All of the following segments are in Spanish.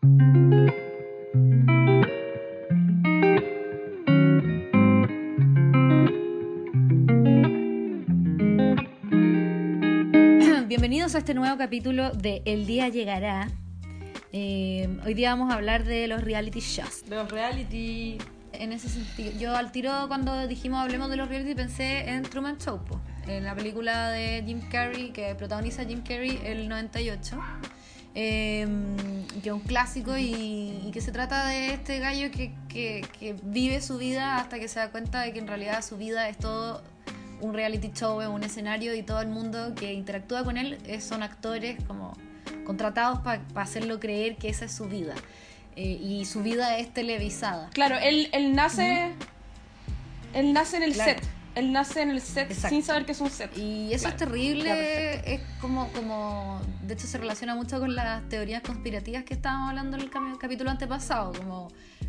Bienvenidos a este nuevo capítulo de El Día Llegará. Hoy día vamos a hablar de los reality shows. De los reality. En ese sentido, yo al tiro cuando dijimos hablemos de los reality pensé en Truman Show, en la película de Jim Carrey que protagoniza Jim Carrey el 98, que es un clásico y que se trata de este gallo que vive su vida hasta que se da cuenta de que en realidad su vida es todo un reality show, es un escenario y todo el mundo que interactúa con él son actores como contratados para hacerlo creer que esa es su vida. Y su vida es televisada. Claro, él nace en el set. Él nace en el set. Exacto. Sin saber que es un set. Y eso es terrible. Es como de hecho se relaciona mucho con las teorías conspirativas que estábamos hablando en el capítulo antepasado. Como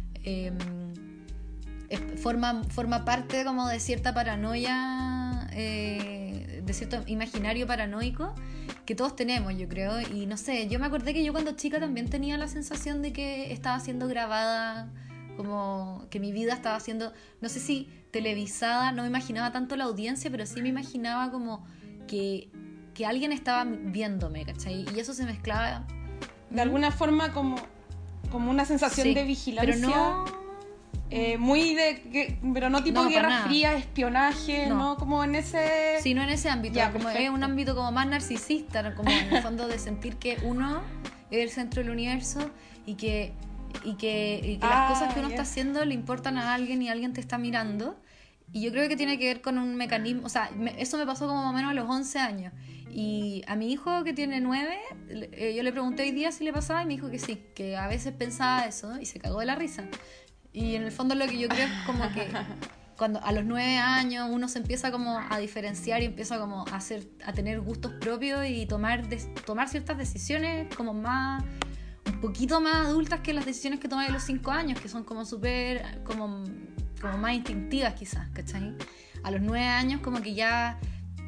forma parte como de cierta paranoia, de cierto imaginario paranoico que todos tenemos, yo creo. Y no sé, yo me acordé que yo cuando chica también tenía la sensación de que estaba siendo grabada, como que mi vida estaba siendo, no sé si televisada, no me imaginaba tanto la audiencia, pero sí me imaginaba como que alguien estaba viéndome, ¿cachai? Y eso se mezclaba de alguna forma como una sensación de vigilancia, pero no muy pero no tipo Guerra Fría, espionaje, no como en ese... Sí, no en ese ámbito, ya, como perfecto. es un ámbito como más narcisista, como en el fondo de sentir que uno es el centro del universo y que las cosas que uno está haciendo le importan a alguien y alguien te está mirando. Y yo creo que tiene que ver con un mecanismo, o sea, eso me pasó como más o menos a los 11 años. Y a mi hijo que tiene 9, yo le pregunté hoy día si le pasaba y me dijo que sí, que a veces pensaba eso y se cagó de la risa. Y en el fondo lo que yo creo es como que cuando a los 9 años uno se empieza como a diferenciar y empieza como a tener gustos propios y tomar ciertas decisiones como un poquito más adultas que las decisiones que tomas a los 5 años, que son como súper como más instintivas quizás, ¿cachai? A los 9 años como que ya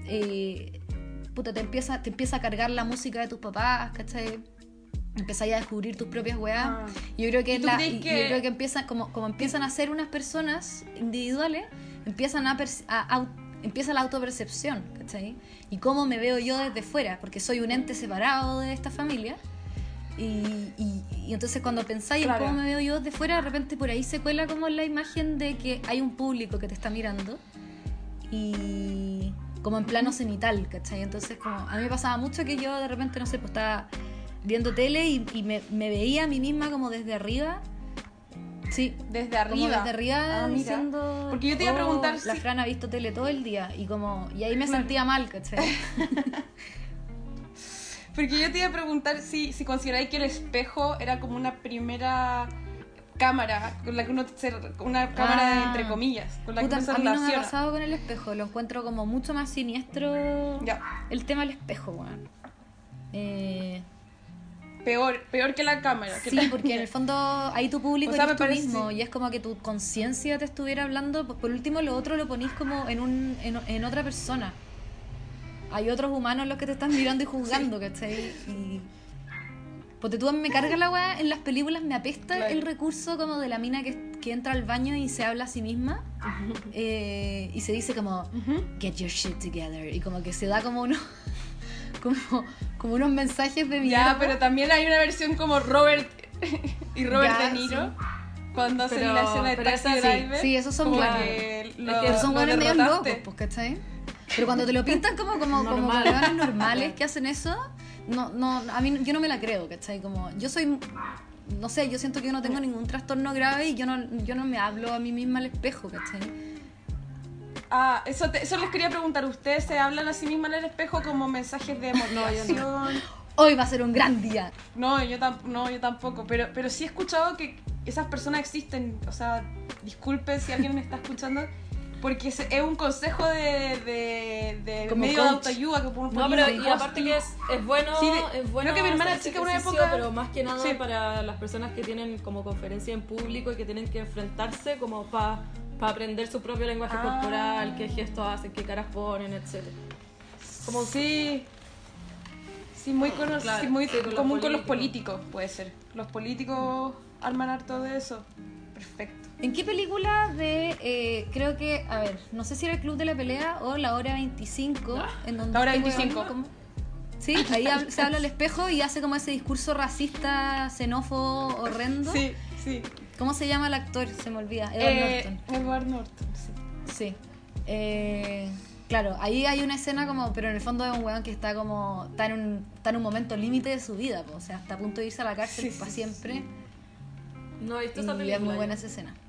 te empieza a cargar la música de tus papás, ¿cachai? Empiezas a descubrir tus propias weas. Yo creo que yo creo que empiezan como empiezan a ser unas personas individuales, empieza la autopercepción, ¿cachai? Y cómo me veo yo desde fuera, porque soy un ente separado de esta familia. Y entonces cuando pensáis en cómo me veo yo desde fuera, de repente por ahí se cuela como la imagen de que hay un público que te está mirando y como en plano cenital, ¿cachai? Entonces como a mí me pasaba mucho que yo de repente, no sé, pues estaba viendo tele y me veía a mí misma como desde arriba. Sí, desde arriba diciendo, porque yo te iba a preguntar la Fran ha visto tele todo el día y ahí me sentía mal, ¿cachai? Porque yo te iba a preguntar si consideráis que el espejo era como una primera cámara con la que una cámara entre comillas, con la que uno se relaciona. A mí no me ha pasado con el espejo, lo encuentro como mucho más siniestro. Ya. El tema del espejo, weón. Peor que la cámara. Sí, porque en el fondo ahí tu público eres tú mismo y es como que tu conciencia te estuviera hablando. Por último, lo otro lo ponís como en otra persona. Hay otros humanos los que te están mirando y juzgando, ¿cachai? Y porque tú me cargas la weá, en las películas me apesta el recurso como de la mina que entra al baño y se habla a sí misma y se dice como get your shit together y como que se da como como unos mensajes de mierda. Ya, pero también hay una versión como Robert De Niro, sí. Cuando hacen la escena de Taxi Driver. Sí, esos son buenos. Pero son buenos medio locos, pues, ¿cachai? Pero cuando te lo pintan como hueones normales que hacen eso, no, a mí yo no me la creo, ¿cachai? Como yo soy, no sé, yo siento que yo no tengo ningún trastorno grave y yo no me hablo a mí misma al espejo, ¿cachai? Eso les quería preguntar. ¿Ustedes se hablan a sí mismas en el espejo como mensajes de motivación? No. Hoy va a ser un gran día. No, yo tampoco. Pero sí he escuchado que esas personas existen. O sea, disculpe si alguien me está escuchando, porque es un consejo de medio de autoayuda que no, pero y aparte que es bueno, sí, es bueno. Creo que mi hermana chica una época, pero más que nada para las personas que tienen como conferencia en público y que tienen que enfrentarse como para aprender su propio lenguaje corporal, qué gestos hacen, qué caras ponen, etc. Como sí, Sí, muy conocido, Claro, sí, muy sí, con los común con los políticos. políticos, puede ser. Los políticos arman harto de eso. Perfecto. ¿En qué película creo que, a ver, no sé si era el Club de la Pelea o La Hora 25, en donde La Hora este 25. weón sí, ahí se habla al espejo y hace como ese discurso racista, xenófobo, horrendo. Sí, sí. ¿Cómo se llama el actor? Se me olvida. Edward Norton. Edward Norton, sí. Sí. Claro, ahí hay una escena como, pero en el fondo es un weón que está en un momento límite de su vida, o sea, está a punto de irse a la cárcel Sí, para sí, siempre. No he visto Y esa película. es muy buena yo. esa escena.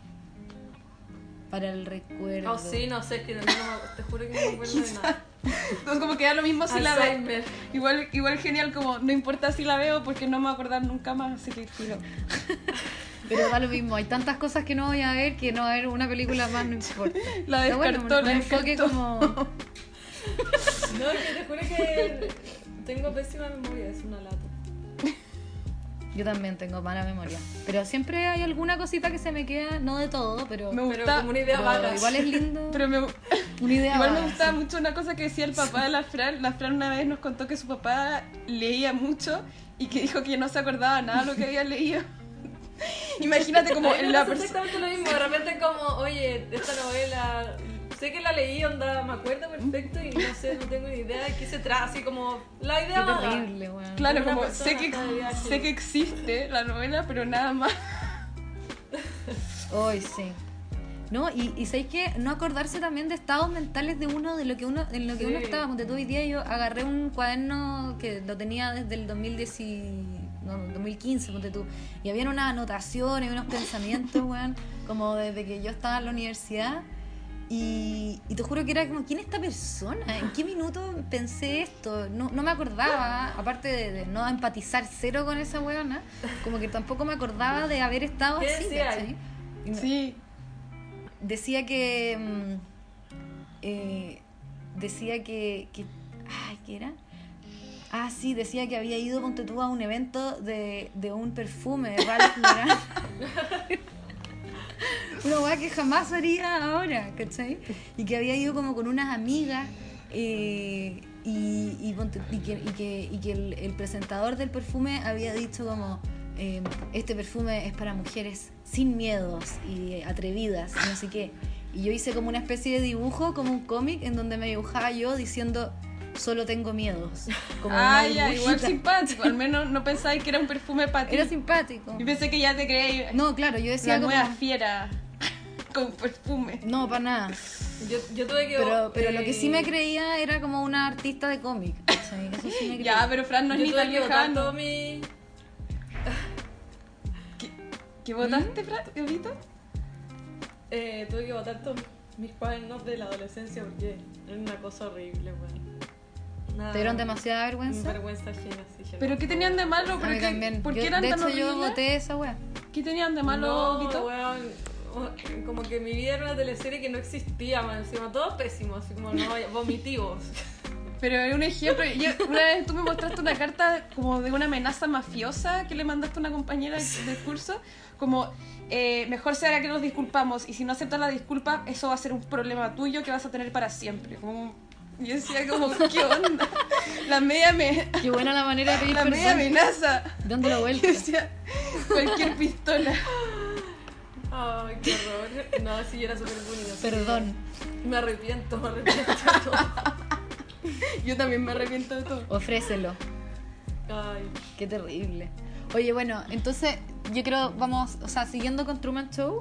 Para el recuerdo. Oh, sí, no sé, es que te juro que no me acuerdo de nada. Entonces como que da lo mismo si la veo. Alzheimer. Igual genial, como no importa si la veo porque no me voy a acordar nunca más, así que tiro. Pero da lo mismo, hay tantas cosas que no voy a ver que no ver una película más no importa. La Pero bueno, descartó, un la enfoque descartó. como... No, es que te juro que tengo pésima memoria, es una lata. Yo también tengo mala memoria. Pero siempre hay alguna cosita que se me queda, no de todo, pero, Me Pero gusta, como una idea pero vaga. igual es lindo. pero me, Una idea igual me vaga, gustaba sí. mucho una cosa que decía el papá de la Fran. La Fran una vez nos contó que su papá leía mucho y que dijo que no se acordaba nada de lo que había leído. Imagínate como En la es persona... exactamente lo mismo, de repente como, oye, esta novela, sé que la leí, onda, me acuerdo perfecto y no sé, no tengo ni idea de qué se trata, así como la Qué idea vaga. terrible, weón. Claro, Una como persona está de viaje. sé que existe la novela, pero nada más. Hoy sí. ¿No? Y ¿sabéis qué? No acordarse también de estados mentales de uno, en lo que uno Sí. estaba. Ponte tú, hoy día yo agarré un cuaderno que lo tenía desde el 2015, ponte tú. Y habían unas anotaciones, unos pensamientos, weón, como desde que yo estaba en la universidad. Y te juro que era como, ¿quién es esta persona? ¿En qué minuto pensé esto? No me acordaba, aparte de no empatizar cero con esa weona, como que tampoco me acordaba de haber estado ¿Qué así, decía? ¿cachai? Y Sí. decía que ay, ¿qué era? Ah, sí, decía que había ido, ponte tú, a un evento de un perfume de Ralph Lauren. Una weá que jamás haría ahora, ¿cachai? Y que había ido como con unas amigas y que el presentador del perfume había dicho como este perfume es para mujeres sin miedos y atrevidas y no sé qué. Y yo hice como una especie de dibujo, como un cómic en donde me dibujaba yo diciendo solo tengo miedos. Como una Ah, ya, igual burbujita. simpático. Al menos no pensáis que era un perfume para ti. Era simpático. Yo pensé que ya te creías No, claro, yo decía la como... nueva fiera con perfume. No, para nada. Yo tuve que... Pero lo que sí me creía era como una artista de cómic, ¿cachai? Eso sí me creía. Ya, pero Fran no es yo ni tuve tan que botar lejano. todo mi... ¿Qué votaste, Fran? ¿Evita? Tuve que botar todos mis cuadernos de la adolescencia porque era una cosa horrible, weón. Nada, ¿Te dieron demasiada vergüenza? vergüenza ajena, sí. yo ¿Pero no. qué tenían de malo? A ¿Por mí qué, también. ¿por qué Yo, eran de tan hecho, yo horribles? voté esa wea. ¿Qué tenían de malo, No, Vito? weón, como que mi vida era una teleserie que no existía, man, encima, todo pésimo, así como no, vomitivos. Pero es un ejemplo. Una vez tú me mostraste una carta como de una amenaza mafiosa que le mandaste a una compañera del curso. Como, mejor será que nos disculpamos. Y si no aceptas la disculpa, eso va a ser un problema tuyo que vas a tener para siempre. Como, yo decía como, ¿qué onda? La media, Qué buena la manera de pedir la media perdón. amenaza. Dándole Yo vuelta. decía, cualquier pistola. Ay, qué horror. No, sí, era súper bonito. Perdón. Me arrepiento de todo. Yo también me arrepiento de todo. Ofrécelo. Ay, Qué terrible. Oye, bueno, entonces yo creo, vamos, o sea, siguiendo con Truman Show,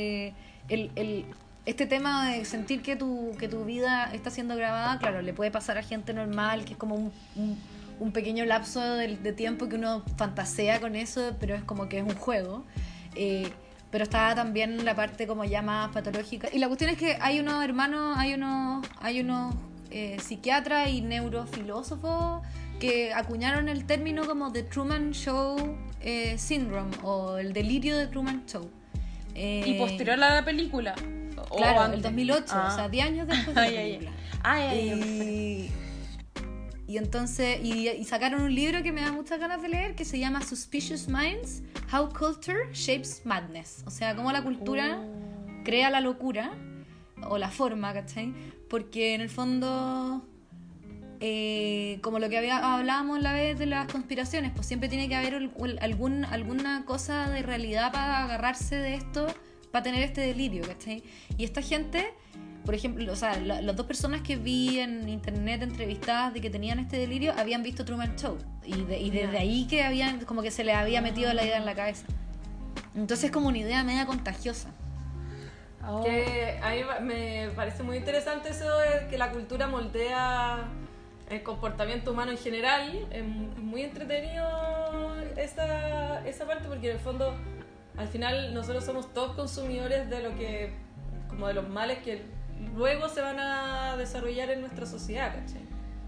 este tema de sentir que tu vida está siendo grabada, claro, le puede pasar a gente normal, que es como un pequeño lapso de tiempo que uno fantasea con eso, pero es como que es un juego. Pero está también la parte como ya más patológica. Y la cuestión es que hay unos hermanos, hay unos psiquiatras y neurofilósofos que acuñaron el término como The Truman Show Syndrome o el delirio de Truman Show. ¿Y posterior a la película? ¿O Claro, antes? el 2008, Ah. o sea, 10 años después de la Ay, ay, película. ay. Ay, ay, Y entonces, y sacaron un libro que me da muchas ganas de leer que se llama Suspicious Minds, How Culture Shapes Madness. O sea, cómo la cultura crea la locura o la forma, ¿cachai? Porque en el fondo como lo que hablábamos la vez de las conspiraciones, pues siempre tiene que haber alguna cosa de realidad para agarrarse de esto, para tener este delirio, ¿cachai? Y esta gente, por ejemplo, o sea, las dos personas que vi en internet entrevistadas de que tenían este delirio habían visto Truman Show, y desde ahí que habían, como que se les había metido la idea en la cabeza. Entonces es como una idea media contagiosa. Que a mí me parece muy interesante eso de que la cultura moldea el comportamiento humano en general. Es muy entretenido esa parte, porque en el fondo al final nosotros somos todos consumidores de lo que, como de los males que luego se van a desarrollar en nuestra sociedad, ¿cachai?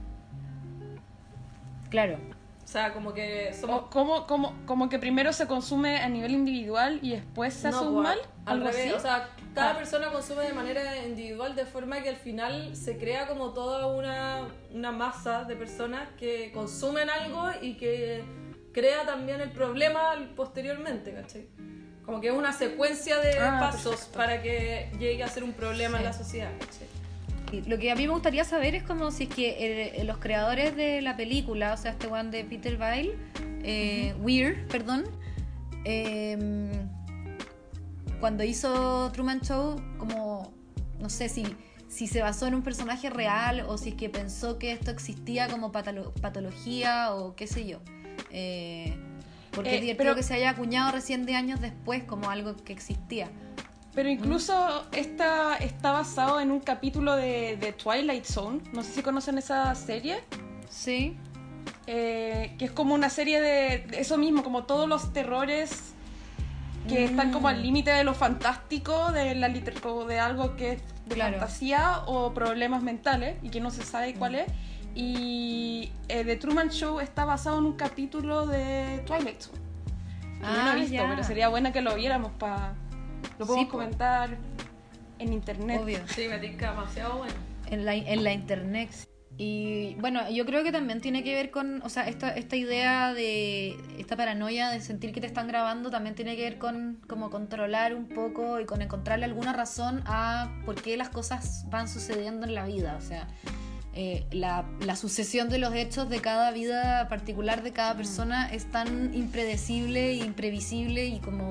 Claro. O sea, como que somos... Como que primero se consume a nivel individual y después se hace un mal. Al ¿Algo revés, así? o sea, cada persona consume de manera individual, de forma que al final se crea como toda una masa de personas que consumen algo y que crea también el problema posteriormente, ¿cachai? Como que es una secuencia de pasos perfecto. para que llegue a ser un problema en la sociedad, ¿cachai? Lo que a mí me gustaría saber es como si es que los creadores de la película, o sea, este one de Peter Weir, perdón, cuando hizo Truman Show, como, no sé si se basó en un personaje real o si es que pensó que esto existía como patología o qué sé yo. Porque es divertido que se haya acuñado recién de años después como algo que existía. Pero incluso está basado en un capítulo de Twilight Zone. No sé si conocen esa serie. Sí. Que es como una serie de eso mismo, como todos los terrores que están como al límite de lo fantástico, de algo que es de fantasía o problemas mentales y que no se sabe cuál es. Y The Truman Show está basado en un capítulo de Twilight Zone. Yo no he visto, pero sería bueno que lo viéramos lo podemos comentar en internet. Obvio. Sí, me tinca demasiado bueno. En la internet. Y bueno, yo creo que también tiene que ver con, o sea, esta idea de, esta paranoia de sentir que te están grabando también tiene que ver con como controlar un poco y con encontrarle alguna razón a por qué las cosas van sucediendo en la vida. O sea, la sucesión de los hechos de cada vida particular de cada persona es tan impredecible e imprevisible y como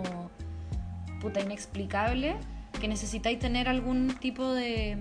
inexplicable, que necesitáis tener algún tipo de...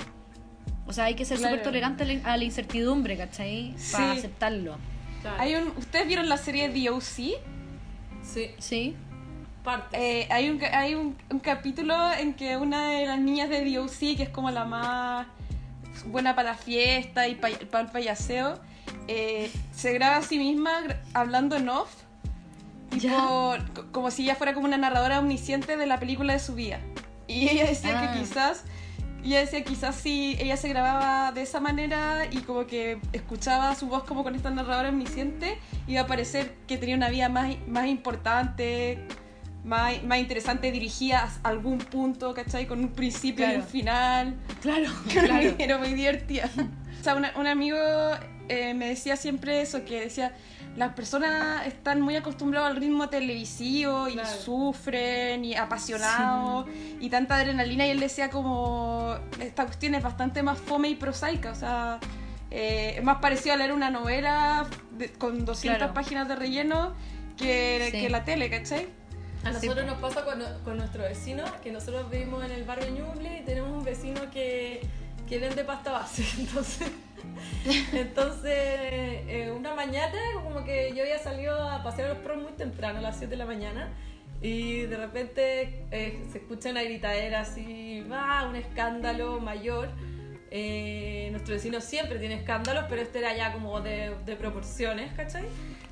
O sea, hay que ser súper tolerante a la incertidumbre, ¿cachai? Para aceptarlo. Claro. ¿Ustedes vieron la serie The O.C.? Sí. Sí. Partes. Hay un capítulo en que una de las niñas de The O.C., que es como la más buena para la fiesta y para el payaseo, se graba a sí misma hablando en off, tipo, como si ella fuera como una narradora omnisciente de la película de su vida. Y ella decía que quizás si ella se grababa de esa manera y como que escuchaba su voz como con esta narradora omnisciente, iba a parecer que tenía una vida más importante, más interesante, dirigida a algún punto, ¿cachai? Con un principio y un final. Claro. Era muy divertida. O sea, un amigo me decía siempre eso, que decía, las personas están muy acostumbradas al ritmo televisivo y sufren y apasionados y tanta adrenalina, y él decía como, esta cuestión es bastante más fome y prosaica, o sea, es más parecido a leer una novela con 200 páginas de relleno que la tele, ¿cachai? A nosotros nos pasa con nuestro vecino, que nosotros vivimos en el barrio Ñuble y tenemos un vecino que vende pasta base. Entonces una mañana como que yo había salido a pasear a los perros muy temprano, a las 7 de la mañana, y de repente se escucha una gritadera así, un escándalo mayor. Nuestro vecino siempre tiene escándalos, pero este era ya como de proporciones, ¿cachai?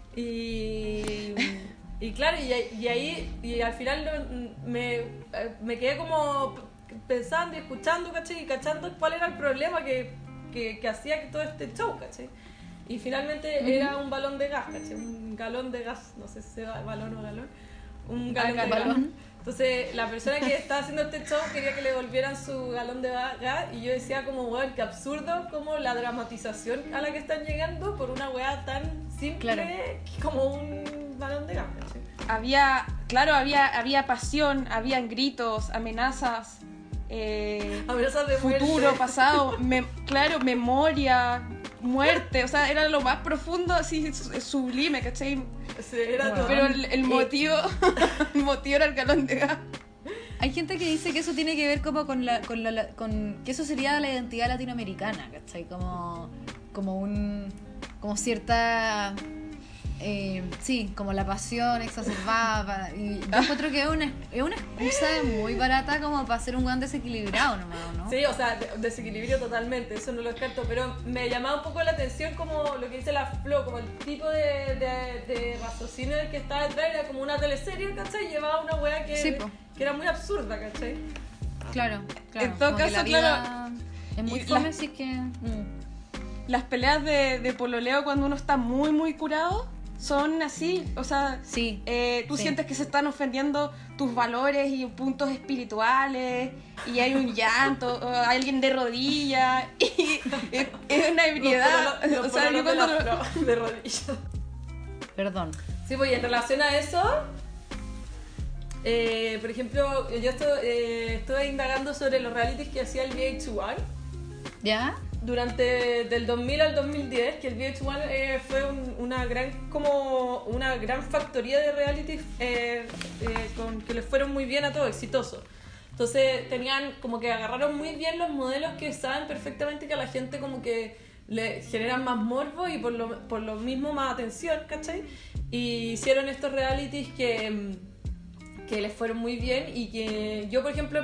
Y claro, y ahí y al final me quedé como pensando y escuchando, ¿cachai? Y cachando cuál era el problema que hacía que todo este show, ¿cachai? Y finalmente era un balón de gas, ¿cachai? Un galón de gas, no sé si sea balón o galón. Un galón de gas. Entonces la persona que estaba haciendo este show quería que le devolvieran su galón de gas, y yo decía como, weón, qué absurdo como la dramatización a la que están llegando por una weá tan simple como un balón de gas, ¿cachai? Había pasión, habían gritos, amenazas, amenazas de futuro, muerte. pasado, memoria, muerte, o sea, era lo más profundo, así sublime, ¿cachai? Sí, era todo. Pero el motivo, el motivo era el galón de gas. Hay gente que dice que eso tiene que ver como con que eso sería la identidad latinoamericana, ¿cachai? Como cierta sí, como la pasión exacerbada y yo encuentro que es una excusa muy barata como para ser un weón desequilibrado nomás, ¿no? Sí, o sea, desequilibrio totalmente, eso no lo descarto, pero me llamaba un poco la atención como lo que dice la Flo, como el tipo de raciocinio del que estaba detrás, era como una teleserie, ¿cachai? Llevaba una wea que era muy absurda, ¿cachai? Claro. En todo caso, claro, es muy fome, así que las peleas de pololeo cuando uno está muy, muy curado son así, o sea, sí, tú sientes que se están ofendiendo tus valores y puntos espirituales y hay un llanto, o alguien de rodillas y es una ebriedad, o sea, yo cuando de rodillas. Perdón. Sí, pues y en relación a eso, por ejemplo, yo estuve indagando sobre los realities que hacía el VH1. ¿Ya? Durante del 2000 al 2010, que el VH1 fue una gran factoría de reality con que les fueron muy bien a todos, exitosos. Entonces tenían como que agarraron muy bien los modelos que saben perfectamente que a la gente como que le generan más morbo y por lo mismo más atención, ¿cachai? Y hicieron estos realities que les fueron muy bien y que yo, por ejemplo,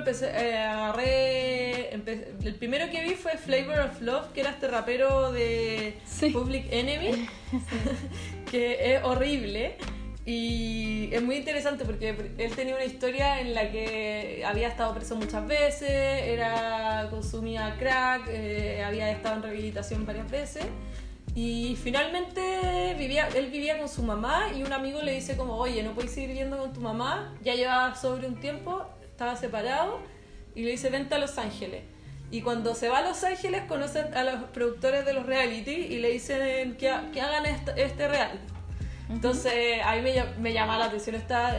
el primero que vi fue Flavor of Love, que era este rapero de Public Enemy, que es horrible y es muy interesante porque él tenía una historia en la que había estado preso muchas veces, consumía crack, había estado en rehabilitación varias veces. Y finalmente él vivía con su mamá y un amigo le dice como, oye, no puedes seguir viviendo con tu mamá, ya llevaba sobre un tiempo, estaba separado, y le dice, vente a Los Ángeles. Y cuando se va a Los Ángeles conocen a los productores de los reality y le dicen que hagan este reality. Entonces a mí me llama la atención esta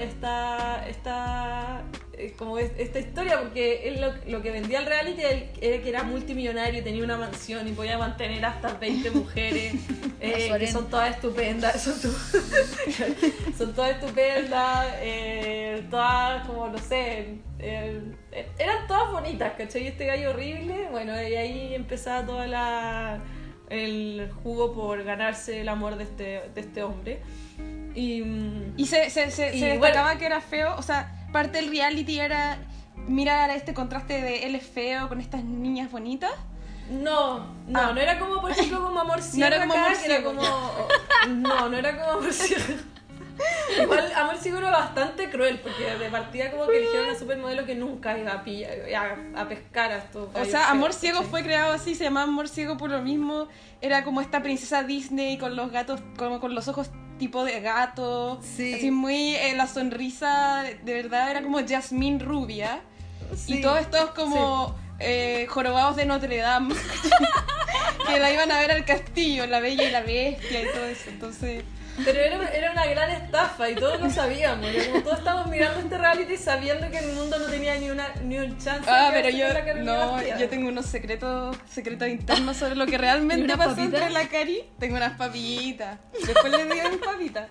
historia, porque él lo que vendía el reality era que era multimillonario, tenía una mansión y podía mantener hasta 20 mujeres que son todas estupendas, son todas estupendas, todas como no sé, eran todas bonitas, ¿cachai? Y este gallo horrible, bueno, y ahí empezaba toda el jugo por ganarse el amor de este hombre. Y se destacaba que era feo, o sea, parte del reality era mirar este contraste de él es feo con estas niñas bonitas. No era como, por ejemplo, como Amor Ciego. No era como Amor Ciego. No era como Amor Ciego. Igual Amor Ciego era bastante cruel, porque de partida como que eligieron una supermodelo que nunca iba a pescar a estos. O sea, Amor Ciego fue creado así, se llamaba Amor Ciego por lo mismo. Era como esta princesa Disney con los gatos, como con los ojos tipo de gato. Sí. Así muy, la sonrisa de verdad era como Jasmine rubia. Sí. Y todos estos como jorobados de Notre Dame que la iban a ver al castillo, La Bella y la Bestia y todo eso. Entonces... Pero era una gran estafa y todos lo sabíamos. Y como todos estábamos mirando este reality sabiendo que el mundo no tenía ni un chance. Pero yo tengo unos secretos internos sobre lo que realmente pasó entre la Cari. Tengo unas papitas. Después les digo mis papitas.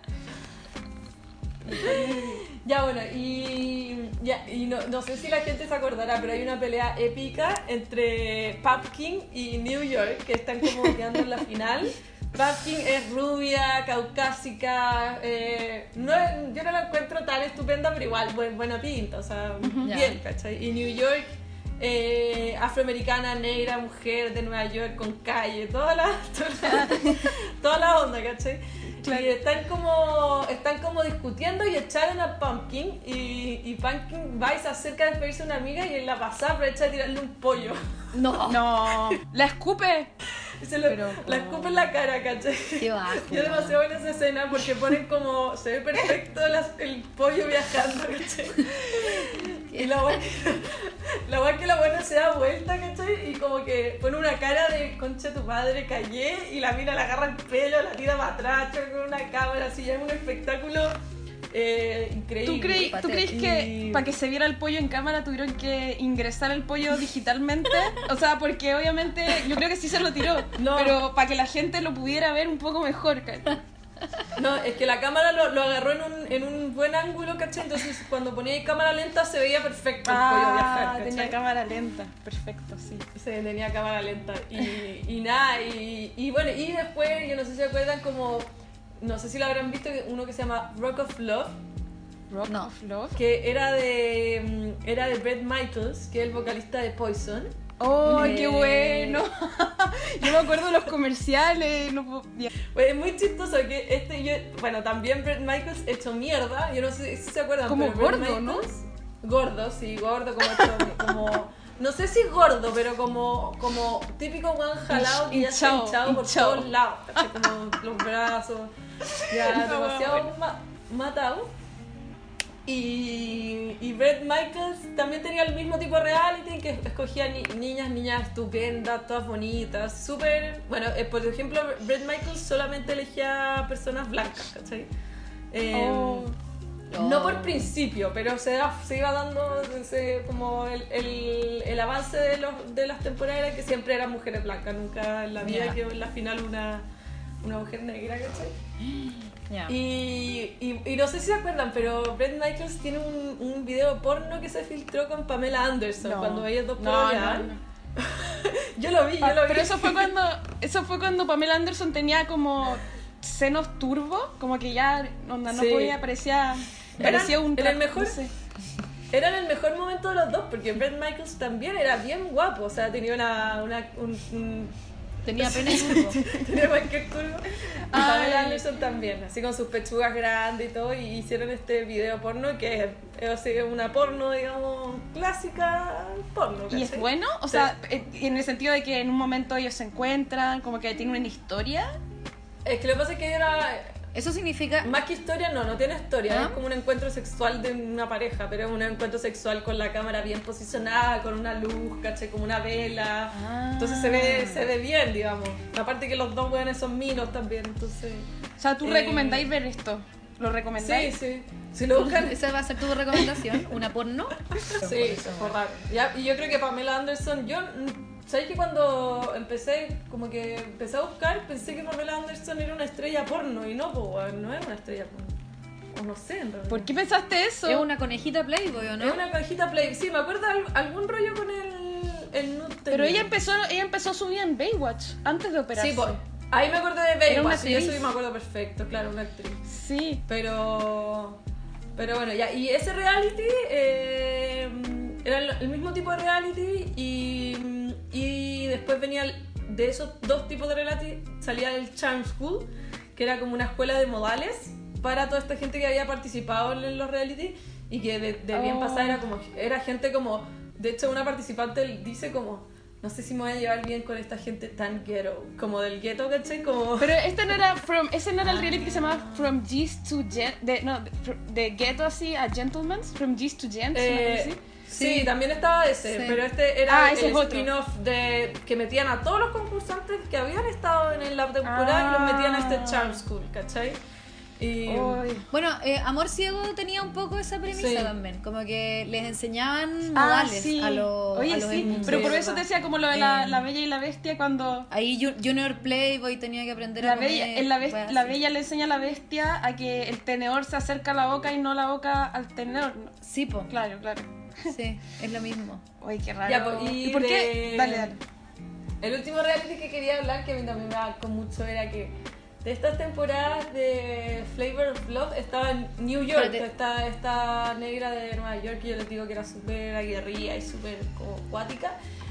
Ya bueno, y no sé si la gente se acordará, pero hay una pelea épica entre Pumpkin y New York que están como quedando en la final. Pumpkin es rubia, caucásica, yo no la encuentro tan estupenda, pero igual buena pinta, o sea, bien, ¿cachai? Y New York, afroamericana, negra, mujer de Nueva York, con calle, toda la onda, ¿cachai? Claro. Y están como discutiendo y echaron a Pumpkin y Pumpkin va y se acerca a despedirse de una amiga y en la pasada aprovecha de tirarle un pollo. No, la escupe. La escupe en la cara, ¿cachai? Qué bajo. Yo demasiado buena esa escena porque ponen como, se ve perfecto el pollo viajando, ¿cachai? Y la buena que la buena se da vuelta, ¿cachai? Y como que pone una cara de concha tu madre, callé, y la mina la agarra el pelo, la tira para atrás con una cámara, así, ya es un espectáculo ¿Tú increíble. crees que para que se viera el pollo en cámara tuvieron que ingresar el pollo digitalmente? O sea, porque obviamente yo creo que sí se lo tiró, No. pero para que la gente lo pudiera ver un poco mejor. No, es que la cámara lo agarró en un buen ángulo, ¿cachai? Entonces cuando ponía ahí cámara lenta se veía perfecto el pollo viajar, ¿cachai? Tenía cámara lenta, perfecto, sí. Sí, tenía cámara lenta. Y nada, y bueno, y después, yo no sé si se acuerdan como, no sé si lo habrán visto, uno que se llama Rock of Love, Rock No. of Love. que era de Bret Michaels, que es el vocalista de Poison. ¡Oh, qué bueno! Yo me acuerdo de los comerciales. No puedo... Pues es muy chistoso que bueno, también Bret Michaels hecho mierda, yo no sé si se acuerdan, Como pero Bret gordo, ¿no? Michaels, gordo, sí, gordo, como no sé si gordo, pero como típico one jalado que ya está hinchado por todos lados, ¿cachai? Como los brazos, ya demasiado matado. Y Bret Michaels también tenía el mismo tipo de reality, que escogía niñas estupendas, todas bonitas, súper... Bueno, por ejemplo, Bret Michaels solamente elegía personas blancas, ¿cachai? No por principio, pero se iba dando como el avance de las temporadas era que siempre eran mujeres blancas, nunca en la vida quedó en la final una mujer negra, ¿cachai? Yeah. Y no sé si se acuerdan, pero Bret Michaels tiene un video porno que se filtró con Pamela Anderson cuando ellos dos peleaban. No. Yo lo vi. Pero eso fue cuando Pamela Anderson tenía como senos turbo, como que ya no podía, parecía un en el mejor, no sé. Era en el mejor momento de los dos, porque Bret Michaels también era bien guapo, o sea, tenía Tenía pene turbo. tenía cualquier turbo. Y Pamela Anderson también, así con sus pechugas grandes y todo, y hicieron este video porno que es una porno, digamos, clásica porno. ¿Y es bueno? O sea, en el sentido de que en un momento ellos se encuentran, como que tienen una historia. Es que lo que pasa es que Eso significa... más que historia, no tiene historia, ¿Ah? es como un encuentro sexual de una pareja, pero es un encuentro sexual con la cámara bien posicionada, con una luz, ¿cachai? Como una vela, entonces se ve bien, digamos. Aparte que los dos buenos son minos también, entonces... O sea, ¿tú recomendáis ver esto? ¿Lo recomendáis? Sí. Si lo buscan... ¿Esa va a ser tu recomendación? ¿Una porno? Sí, por raro. Y yo creo que Pamela Anderson, ¿sabes que cuando empecé a buscar, pensé que Pamela Anderson era una estrella porno y no es una estrella porno. O no sé, en realidad. ¿Por qué pensaste eso? ¿Es una conejita Playboy o no? Es una conejita Play. Sí, me acuerdo algún rollo con el nude. Pero ella empezó su vida en Baywatch, antes de operarse. Sí, ahí me acuerdo de Era una Baywatch, y actriz. eso me acuerdo perfecto, claro, una actriz. Sí. Pero bueno, ya. Y ese reality era el mismo tipo de reality y después venía de esos dos tipos de reality salía el Charm School, que era como una escuela de modales para toda esta gente que había participado en los reality y que de bien pasada era gente como, de hecho una participante dice como, no sé si me voy a llevar bien con esta gente tan ghetto, como del ghetto, ¿cachai? Como... Pero ese no era el reality que se llamaba From G's to Gent, de ghetto así a Gentlemen's, From G's to Gents, una cosa así. Sí, también estaba ese, Sí. pero este era ese el es otro. spin-off que metían a todos los concursantes que habían estado en la temporada y los metían a este Charm School, ¿cachai? Y Bueno, Amor Ciego tenía un poco esa premisa Sí. también, como que les enseñaban modales sí. a los Oye, sí, hermanos. pero por Sí, eso te verdad. decía como lo de la Bella y la Bestia cuando... Ahí Junior Playboy tenía que aprender a comer. La Bella le enseña a la Bestia a que el tenedor se acerca a la boca y no la boca al tenedor. ¿No? Sí, po. Claro. Sí, es lo mismo. Uy, qué raro. Ya, pues, ¿Y por qué? Dale. El último reality que quería hablar, que a mí también me marcó mucho, era que de estas temporadas de Flavor of Love estaba en New York, Espérate. esta negra de Nueva York, que yo les digo que era súper aguerrida y súper como acuática.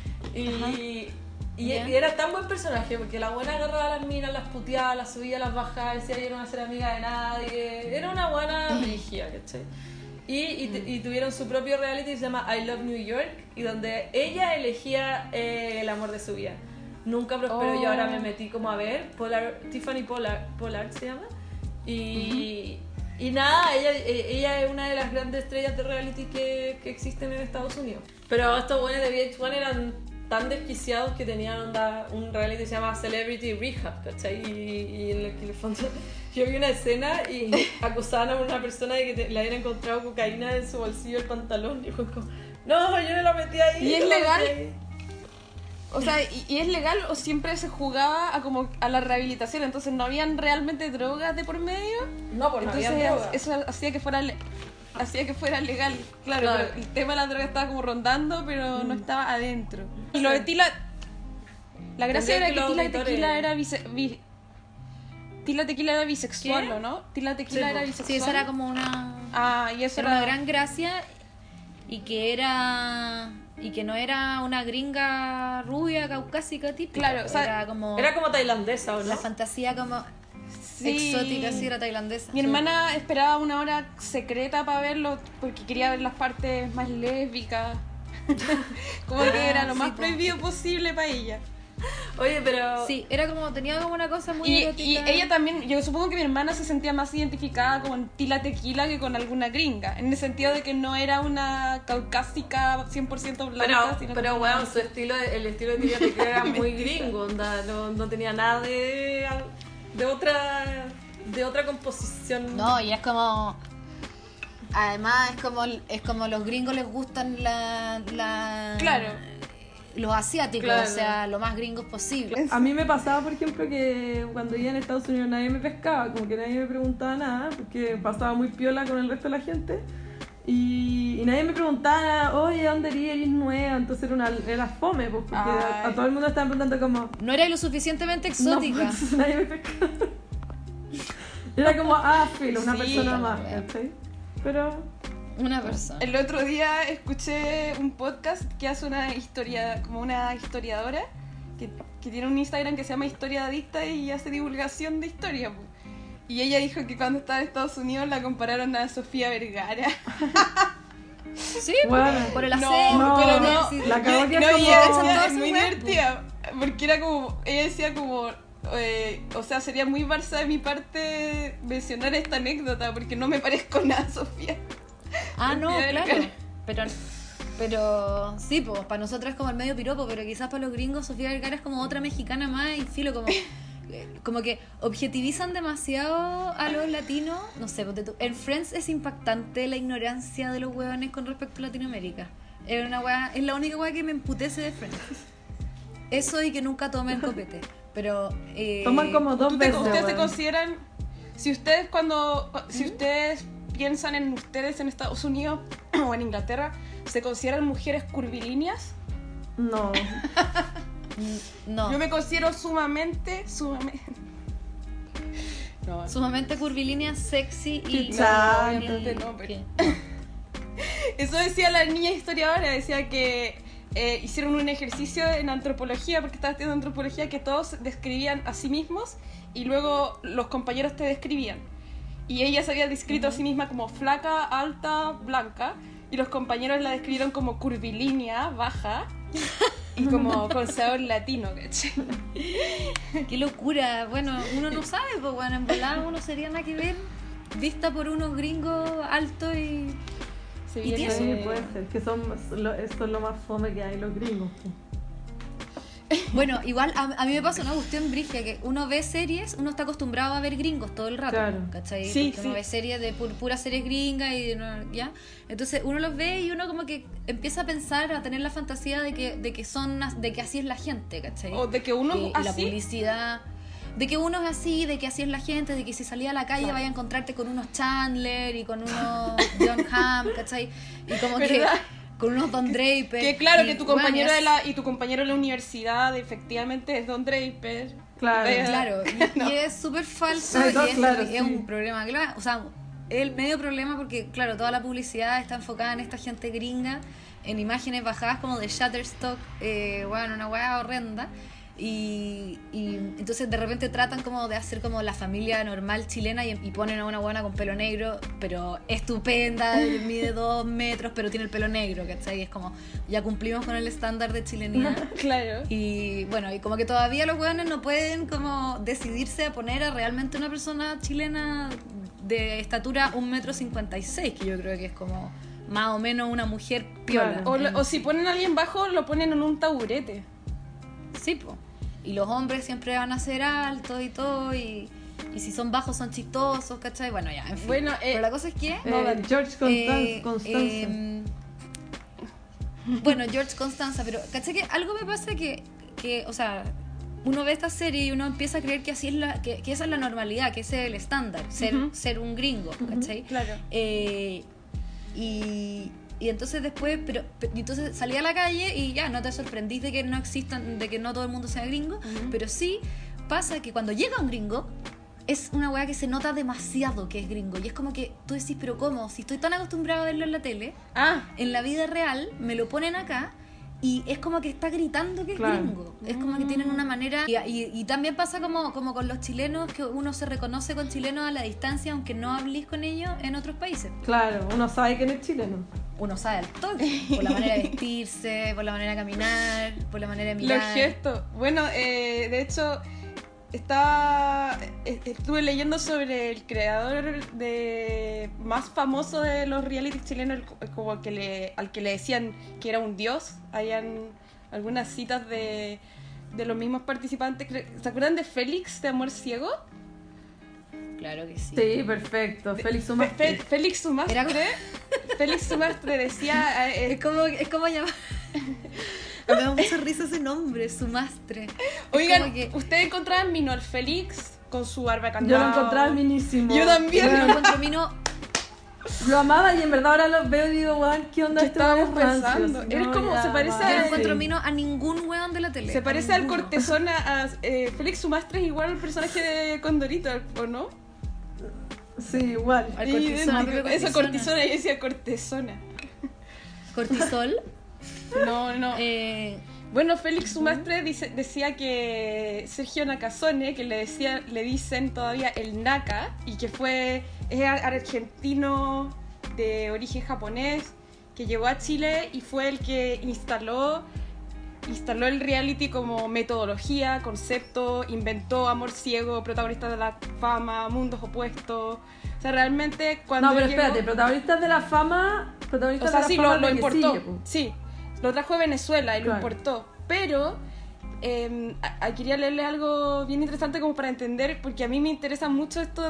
Y era tan buen personaje, porque la buena agarraba a las minas, las puteaba, las subía, las bajaba, decía yo no voy a ser amiga de nadie. Era una buena brígida, ¿cachai? Y tuvieron su propio reality que se llama I Love New York, y donde ella elegía el amor de su vida. Nunca prosperó, yo ahora me metí como a ver, Tiffany Pollard se llama, y nada, ella es una de las grandes estrellas de reality que existen en Estados Unidos. Pero estos buenos de VH1 eran tan desquiciados que tenían un reality que se llama Celebrity Rehab, ¿cachai? Y en el fondo Yo vi una escena y acusaban a una persona de que le habían encontrado cocaína en su bolsillo del pantalón. Y fue como, no, yo no la metí ahí. ¿Y es legal? O sea, ¿y es legal o siempre se jugaba a la rehabilitación? Entonces no habían realmente drogas de por medio. No, pues no entonces había drogas. eso hacía que fuera legal. Claro, Claro. pero el tema de la droga estaba como rondando, pero no estaba adentro. Y lo de Tila, la gracia era que Tila Tequila era Tila Tequila era bisexual, ¿Qué? ¿o no? Tila Tequila Sí, era po. bisexual. Sí, esa era como una... Y eso Era una gran gracia y que no era una gringa rubia, caucásica típica. Claro, o sea, era como tailandesa, ¿o no? la fantasía como Sí. exótica, sí, era tailandesa. Mi Sí. hermana esperaba una hora secreta para verlo porque quería ver las partes más lésbicas. Como que era lo sí, más po. prohibido posible para ella. Oye, pero... Sí, tenía como una cosa muy Y erótica. ella también, yo supongo que mi hermana se sentía más identificada con Tila Tequila que con alguna gringa. En el sentido de que no era una caucásica 100% blanca. sino Pero que- bueno, el estilo de Tila Tequila era muy gringo, onda, no tenía nada de otra composición. No, y es como... Además, es como los gringos les gustan Claro. los asiáticos, Claro. o sea, lo más gringos posible. A mí me pasaba, por ejemplo, que cuando iba en Estados Unidos nadie me pescaba, como que nadie me preguntaba nada, porque pasaba muy piola con el resto de la gente. Y nadie me preguntaba, oye, ¿dónde eres nueva? Entonces era fome, pues, porque a todo el mundo estaban preguntando como... No era lo suficientemente No, exótica. entonces nadie me pescaba. Era como, filo, una Sí, persona más, la wea. ¿cachai? Pero... Una persona. El otro día escuché un podcast que hace una historiadora que tiene un Instagram que se llama Historia Adicta y hace divulgación de historia. Po. Y ella dijo que cuando estaba en Estados Unidos la compararon a Sofía Vergara. Sí, Bueno. por el No, acento. pero por no. decir- La cagó que No, es y como... ella Calzan decía, todas es sus muy weas, divertida, porque era como, ella decía como, o sea, sería muy Barça de mi parte mencionar esta anécdota, porque no me parezco nada a Sofía. Ah, no, Sofía claro. Vergara. Pero sí, pues para nosotros es como el medio piropo, pero quizás para los gringos Sofía Vergara es como otra mexicana más y filo como que objetivizan demasiado a los latinos. No sé, ponte tú. En Friends es impactante la ignorancia de los hueones con respecto a Latinoamérica. Es la única hueá que me emputece de Friends. Eso y que nunca tomen copete. Pero Toman como dos veces, ¿Ustedes se weón. consideran, si ustedes piensan en ustedes en Estados Unidos o en Inglaterra, ¿se consideran mujeres curvilíneas? No. no. Yo me considero sumamente no, Sumamente curvilínea, sexy y... Chucha, obviamente no, pero- ¿Qué? eso decía la niña historiadora, decía que hicieron un ejercicio en antropología, porque estaba estudiando antropología, que todos describían a sí mismos y luego los compañeros te describían. Y ella se había descrito a sí misma como flaca, alta, blanca, y los compañeros la describieron como curvilínea, baja, y como con sabor latino, ¿cachai? Qué locura. Bueno, uno no sabe, pues bueno, en volada uno sería nada que ver, vista por unos gringos altos y... Se Y viene- Sí, puede ser, que son lo más fome que hay los gringos. Bueno, igual a mí me pasa una cuestión brigia, que uno ve series, uno está acostumbrado a ver gringos todo el rato, Claro. ¿cachai? Sí, Porque uno sí. ve series de puras series gringas y ¿ya? Entonces uno los ve y uno como que empieza a pensar, a tener la fantasía de que así es la gente, ¿cachai? O de que uno Y la así. publicidad, de que uno es así, de que así es la gente, de que si salía a la calle Claro. vaya a encontrarte con unos Chandler y con unos John Hamm, ¿cachai? Y como que ¿Verdad? con unos Don Draper. Que claro, y, que tu bueno, compañero y de tu compañero de la universidad efectivamente es Don Draper. Claro. Claro, y, No. y es súper falso Ay, no, y es, claro, es sí. un problema, claro, o sea, es el medio problema porque, claro, toda la publicidad está enfocada en esta gente gringa, en imágenes bajadas como de Shutterstock, bueno, una weá horrenda, y entonces de repente tratan como de hacer como la familia normal chilena y ponen a una buena con pelo negro, pero estupenda, mide 2 metros, pero tiene el pelo negro, ¿cachai? Es como, ya cumplimos con el estándar de chilenidad. Claro. Y bueno, y como que todavía los hueones no pueden como decidirse a poner a realmente una persona chilena de estatura 1,56 m, que yo creo que es como más o menos una mujer piola. Claro. O si ponen a alguien bajo, lo ponen en un taburete. Sí, po. Y los hombres siempre van a ser altos y todo, Y si son bajos son chistosos, ¿cachai? Bueno, ya, en fin. Bueno, pero la cosa es que... George Constanza. Bueno, George Constanza, pero ¿cachai? Que algo me pasa que o sea, uno ve esta serie y uno empieza a creer que así es que esa es la normalidad, que ese es el estándar, ser un gringo, ¿cachai? Claro. Y entonces después, entonces salí a la calle y ya, no te sorprendís de que no existan, de que no todo el mundo sea gringo, pero sí pasa que cuando llega un gringo, es una weá que se nota demasiado que es gringo. Y es como que tú decís, pero ¿cómo? Si estoy tan acostumbrado a verlo en la tele, en la vida real me lo ponen acá y es como que está gritando que es gringo. Es como que tienen una manera... Y también pasa como con los chilenos, que uno se reconoce con chilenos a la distancia, aunque no hablís con ellos en otros países. Claro, uno sabe que no es chileno. Uno sabe al toque, por la manera de vestirse, por la manera de caminar, por la manera de mirar. Los gestos. Bueno, de hecho... estuve leyendo sobre el creador más famoso de los reality chilenos, como al que le decían que era un dios. Hayan algunas citas de los mismos participantes. ¿Se acuerdan de Félix de Amor Ciego? Claro que sí. Sí, perfecto. Félix Sumastre. Félix Sumastre. Félix Sumastre decía... es como llamar... Me da mucha risa ese nombre, Sumastre. Oigan, ¿ustedes encontraban Mino al Félix con su barba candado? Yo lo encontraba minísimo. Yo también. Yo lo encuentro Mino... Lo amaba y en verdad ahora lo veo y digo, weón, ¿qué onda este weón? Estábamos pensando. Él como se parece Yo no encuentro Mino a ningún weón de la tele. Se parece al Cortesona. Félix Sumastre es igual al personaje de Condorito, ¿o no? Sí, igual. Al Cortisona, Eso, Cortisona, yo decía Cortesona. ¿Cortisol? No. Bueno, Félix Sumastre decía que Sergio Nakasone, que le dicen todavía el Naka, y que es argentino de origen japonés, que llegó a Chile y fue el que instaló el reality como metodología, concepto, inventó Amor Ciego, Protagonistas de la Fama, Mundos Opuestos. O sea, realmente cuando No, pero espérate, Protagonistas de la Fama... O sea, sí, lo importó. Sí, lo trajo de Venezuela y lo importó. Pero quería leerles algo bien interesante como para entender, porque a mí me interesa mucho esto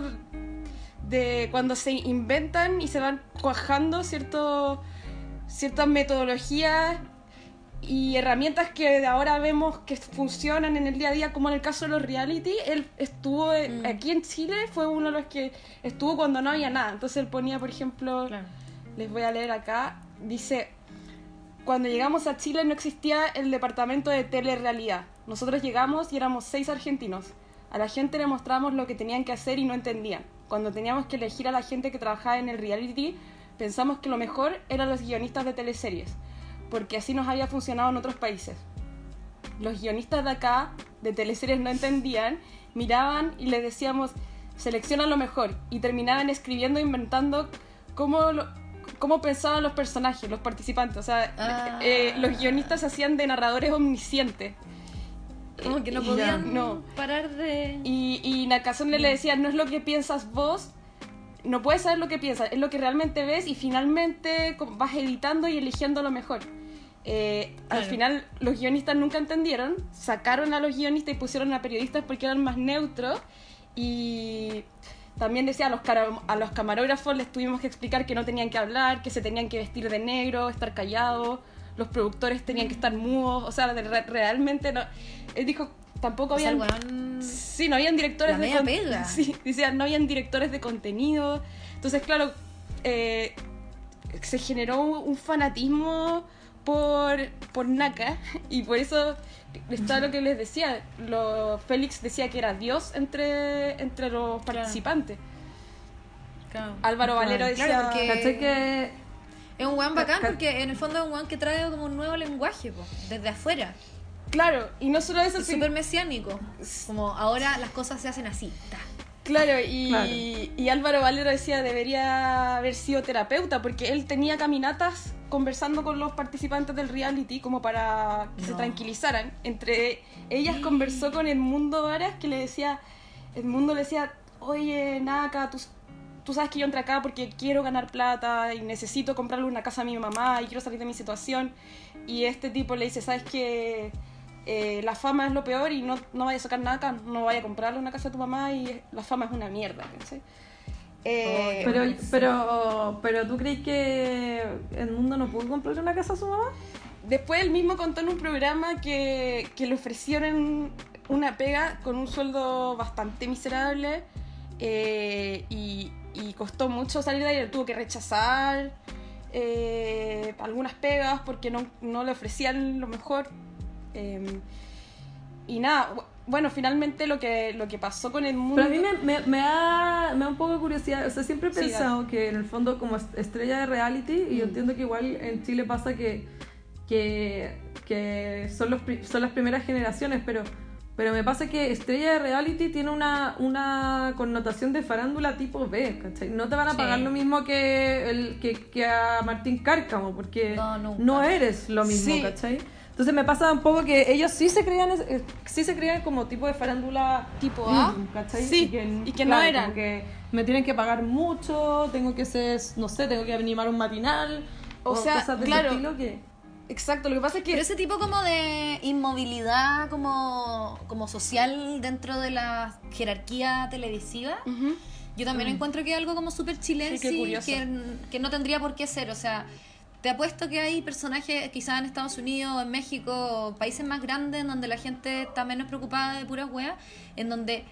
de cuando se inventan y se van cuajando ciertas metodologías y herramientas que ahora vemos que funcionan en el día a día, como en el caso de los reality. Él estuvo aquí en Chile, fue uno de los que estuvo cuando no había nada. Entonces él ponía, por ejemplo, les voy a leer acá, dice: cuando llegamos a Chile no existía el departamento de telerrealidad. Nosotros llegamos y éramos 6 argentinos. A la gente le mostramos lo que tenían que hacer y no entendían. Cuando teníamos que elegir a la gente que trabajaba en el reality, pensamos que lo mejor eran los guionistas de teleseries, porque así nos había funcionado en otros países. Los guionistas de acá, de teleseries, no entendían, miraban y les decíamos, selecciona lo mejor, y terminaban escribiendo e inventando cómo pensaban los personajes, los participantes. O sea, los guionistas se hacían de narradores omniscientes. Como que no podían parar de... Y Nakasone le decía, no es lo que piensas vos, no puedes saber lo que piensas, es lo que realmente ves, y finalmente vas editando y eligiendo lo mejor. Al final los guionistas nunca entendieron, sacaron a los guionistas y pusieron a periodistas porque eran más neutros, y también decía a los camarógrafos les tuvimos que explicar que no tenían que hablar, que se tenían que vestir de negro, estar callados, los productores tenían que estar mudos. O sea, realmente no. Él dijo, tampoco habían... Sí, no habían directores de contenido. Sí, decía, no habían directores de contenido. Entonces, claro, se generó un fanatismo por Naka, y por eso está lo que les decía. Félix decía que era Dios entre los participantes. Claro. Álvaro Valero decía... Claro, porque... ¿Cachai que...? Es un weón bacán porque en el fondo es un weón que trae como un nuevo lenguaje, desde afuera. Claro, y no solo eso, es súper mesiánico. Como ahora las cosas se hacen así. Claro, y Álvaro Valero decía debería haber sido terapeuta, porque él tenía caminatas conversando con los participantes del reality como para que se tranquilizaran. Entre ellas conversó con Edmundo Varas, que Edmundo le decía, oye, Naka, tú sabes que yo entré acá porque quiero ganar plata y necesito comprarle una casa a mi mamá y quiero salir de mi situación. Y este tipo le dice, ¿sabes qué? la fama es lo peor y no vaya a sacar nada acá, no vaya a comprarle una casa a tu mamá y la fama es una mierda, ¿sí? Pero ¿tú crees que el mundo no pudo comprarle una casa a su mamá? Después él mismo contó en un programa que le ofrecieron una pega con un sueldo bastante miserable y costó mucho salir de ahí, él tuvo que rechazar algunas pegas porque no le ofrecían lo mejor. Y nada, bueno, finalmente lo que pasó con el mundo... Pero a mí me da un poco de curiosidad, o sea, siempre he pensado que en el fondo como estrella de reality, y yo entiendo que igual en Chile pasa que son las primeras generaciones, pero me pasa que estrella de reality tiene una connotación de farándula tipo B, ¿cachai? No te van a pagar lo mismo que a Martín Cárcamo, porque no eres lo mismo, ¿cachai? Entonces me pasa un poco que ellos sí se creían como tipo de farándula tipo A, ¿cachai? Sí, y que no eran. Como que me tienen que pagar mucho, tengo que ser, no sé, tengo que animar un matinal, o sea, cosas de claro, ese estilo que... Exacto, lo que pasa es que... Pero ese tipo como de inmovilidad como social dentro de la jerarquía televisiva, yo también encuentro que es algo como súper chilense, que no tendría por qué ser, o sea... Te apuesto que hay personajes, quizás en Estados Unidos, en México, países más grandes, en donde la gente está menos preocupada de puras weas, en donde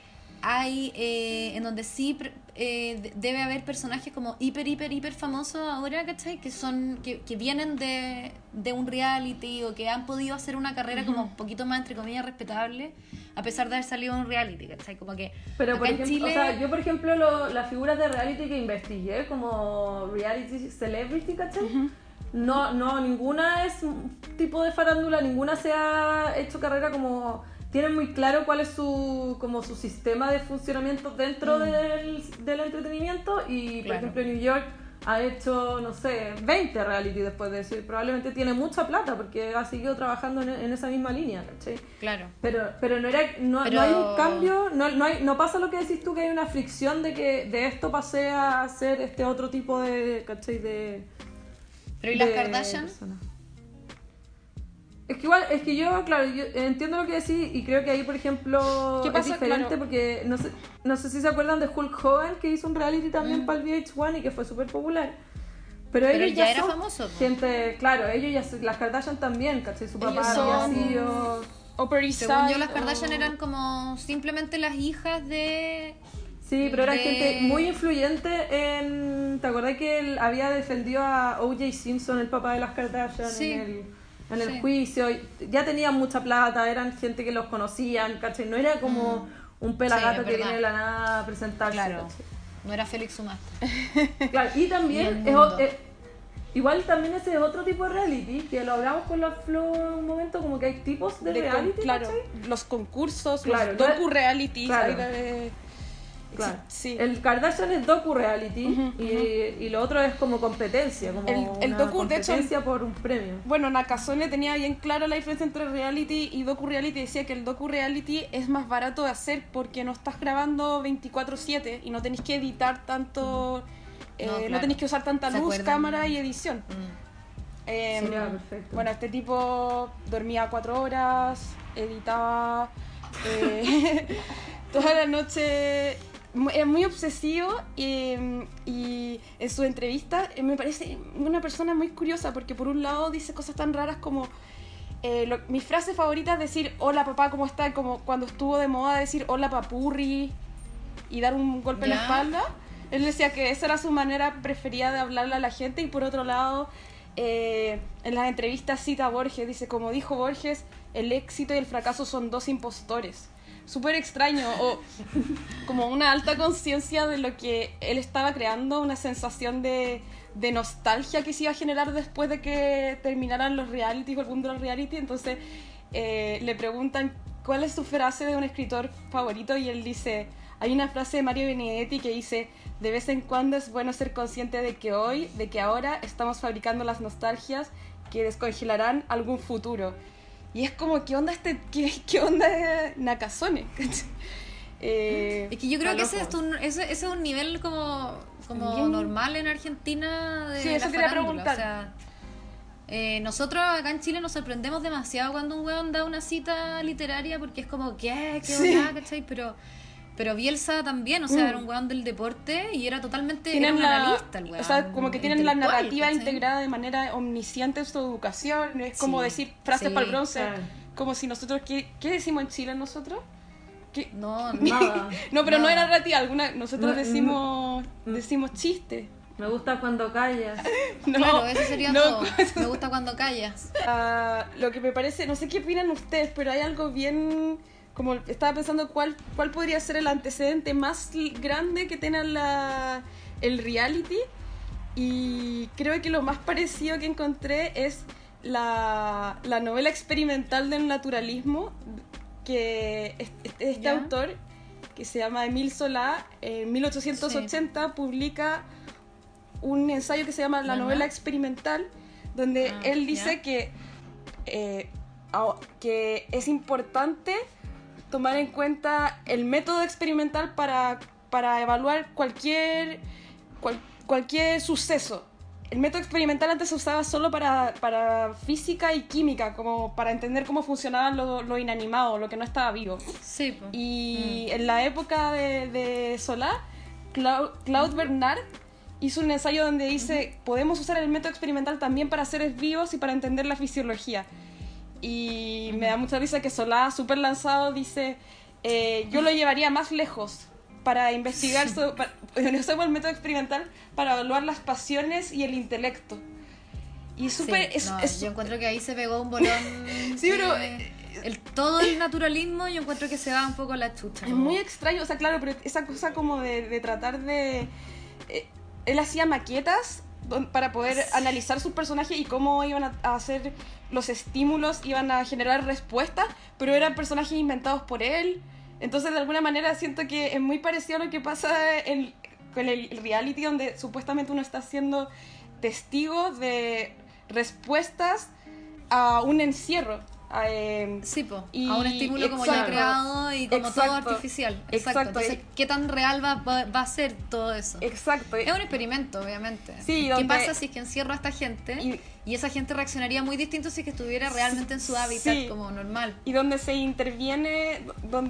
sí debe haber personajes como hiper famosos ahora, ¿cachai? Que vienen de un reality o que han podido hacer una carrera como un poquito más, entre comillas, respetable, a pesar de haber salido de un reality, ¿cachai? Como que pero por acá ejemplo, en Chile... o sea, yo por ejemplo las figuras de reality que investigué, como reality celebrity, ¿cachai? No, ninguna es un tipo de farándula, ninguna se ha hecho carrera como... Tienen muy claro cuál es su sistema de funcionamiento dentro del entretenimiento y, por ejemplo, New York ha hecho, no sé, 20 reality después de eso y probablemente tiene mucha plata porque ha seguido trabajando en esa misma línea, ¿cachai? Claro. Pero no hay un cambio, no pasa lo que decís tú, que hay una fricción de que de esto pasé a hacer este otro tipo de, ¿cachai? Pero ¿y las Kardashian? Es que yo, claro, yo entiendo lo que decís y creo que ahí, por ejemplo, es diferente porque no sé si se acuerdan de Hulk Hogan, que hizo un reality también para el VH1 y que fue súper popular. Pero ellos ya ya era son famoso, gente, claro, ellos ya las Kardashian también, ¿cachai? Su papá había sido... Según yo, las Kardashian eran como simplemente las hijas de... Sí, pero era gente muy influyente ¿te acordás que él había defendido a O.J. Simpson, el papá de las Kardashian, en el juicio? Ya tenían mucha plata, eran gente que los conocían, ¿cachai? No era como un pelagato que viene de la nada a presentarse, claro. ¿cachai? No era Félix Sumastre. Claro, y también igual también ese es otro tipo de reality, que lo hablamos con la Flo en un momento, como que hay tipos de reality, claro, ¿cachai? los concursos, los docu-realities, claro. Claro. Sí. El Kardashian es docu-reality y lo otro es como competencia, como el una docu, competencia de hecho, por un premio. Bueno, Nakazone tenía bien claro la diferencia entre reality y docu-reality. Decía que el docu-reality es más barato de hacer porque no estás grabando 24/7 y no tenés que editar tanto, no tenés que usar tanta luz, cámara y edición. Sería perfecto. Bueno, este tipo dormía 4 horas, editaba toda la noche... Es muy obsesivo y en su entrevista me parece una persona muy curiosa porque por un lado dice cosas tan raras como mi frase favorita es decir hola papá, ¿cómo está? Como cuando estuvo de moda decir hola papurri y dar un golpe en la espalda. Él decía que esa era su manera preferida de hablarle a la gente y por otro lado en las entrevistas cita a Borges, dice como dijo Borges, el éxito y el fracaso son dos impostores. Súper extraño, o como una alta conciencia de lo que él estaba creando, una sensación de nostalgia que se iba a generar después de que terminaran los realities o el mundo de los reality. Entonces le preguntan cuál es su frase de un escritor favorito y él dice, hay una frase de Mario Benedetti que dice, de vez en cuando es bueno ser consciente de que ahora estamos fabricando las nostalgias que descongelarán algún futuro. Y es como, ¿qué onda qué onda Nakazone? Es que yo creo que ese es un nivel como normal en Argentina de sí, eso la quería farándula. preguntar. O sea, nosotros acá en Chile nos sorprendemos demasiado cuando un weón da una cita literaria porque es como, ¿qué onda? ¿Cachai? Pero Bielsa también, o sea, era un weón del deporte y era totalmente era un analista el weón. O sea, como que tienen la narrativa integrada de manera omnisciente en su educación. Es como decir frases para el bronce. Claro. Como si nosotros... ¿Qué decimos en Chile nosotros? No, nada. No, pero no era narrativa. Nosotros decimos chistes. Me gusta cuando callas. Claro, eso sería todo. Me gusta cuando callas. Lo que me parece... No sé qué opinan ustedes, pero hay algo bien... Como estaba pensando cuál podría ser el antecedente más grande que tenga el reality, y creo que lo más parecido que encontré es la novela experimental del naturalismo, que este autor, que se llama Émile Zola, en 1880 publica un ensayo que se llama La novela experimental, donde él dice que es importante tomar en cuenta el método experimental para evaluar cualquier suceso. El método experimental antes se usaba solo para física y química, como para entender cómo funcionaba lo inanimado, lo que no estaba vivo. Sí, pues. Y en la época de Solá, Claude Bernard hizo un ensayo donde dice, podemos usar el método experimental también para seres vivos y para entender la fisiología. Y me da mucha risa que Solá, súper lanzado, dice, yo lo llevaría más lejos para investigar, usamos el método experimental para evaluar las pasiones y el intelecto. Y súper... yo encuentro que ahí se pegó un bolón. Sí, pero... todo el naturalismo yo encuentro que se va un poco a la chucha. Es muy extraño, o sea, claro, pero esa cosa como de tratar de... él hacía maquetas para poder analizar sus personajes y cómo iban a hacer los estímulos, iban a generar respuestas, pero eran personajes inventados por él. Entonces, de alguna manera, siento que es muy parecido a lo que pasa con el reality, donde supuestamente uno está siendo testigo de respuestas a un encierro. Sí, a un estímulo como ya creado y como todo artificial. Exacto. Entonces, ¿qué tan real va a ser todo eso? Exacto. Es un experimento, obviamente. Sí, ¿Qué pasa si es que encierro a esta gente y esa gente reaccionaría muy distinto si es que estuviera realmente en su hábitat como normal? Y donde se interviene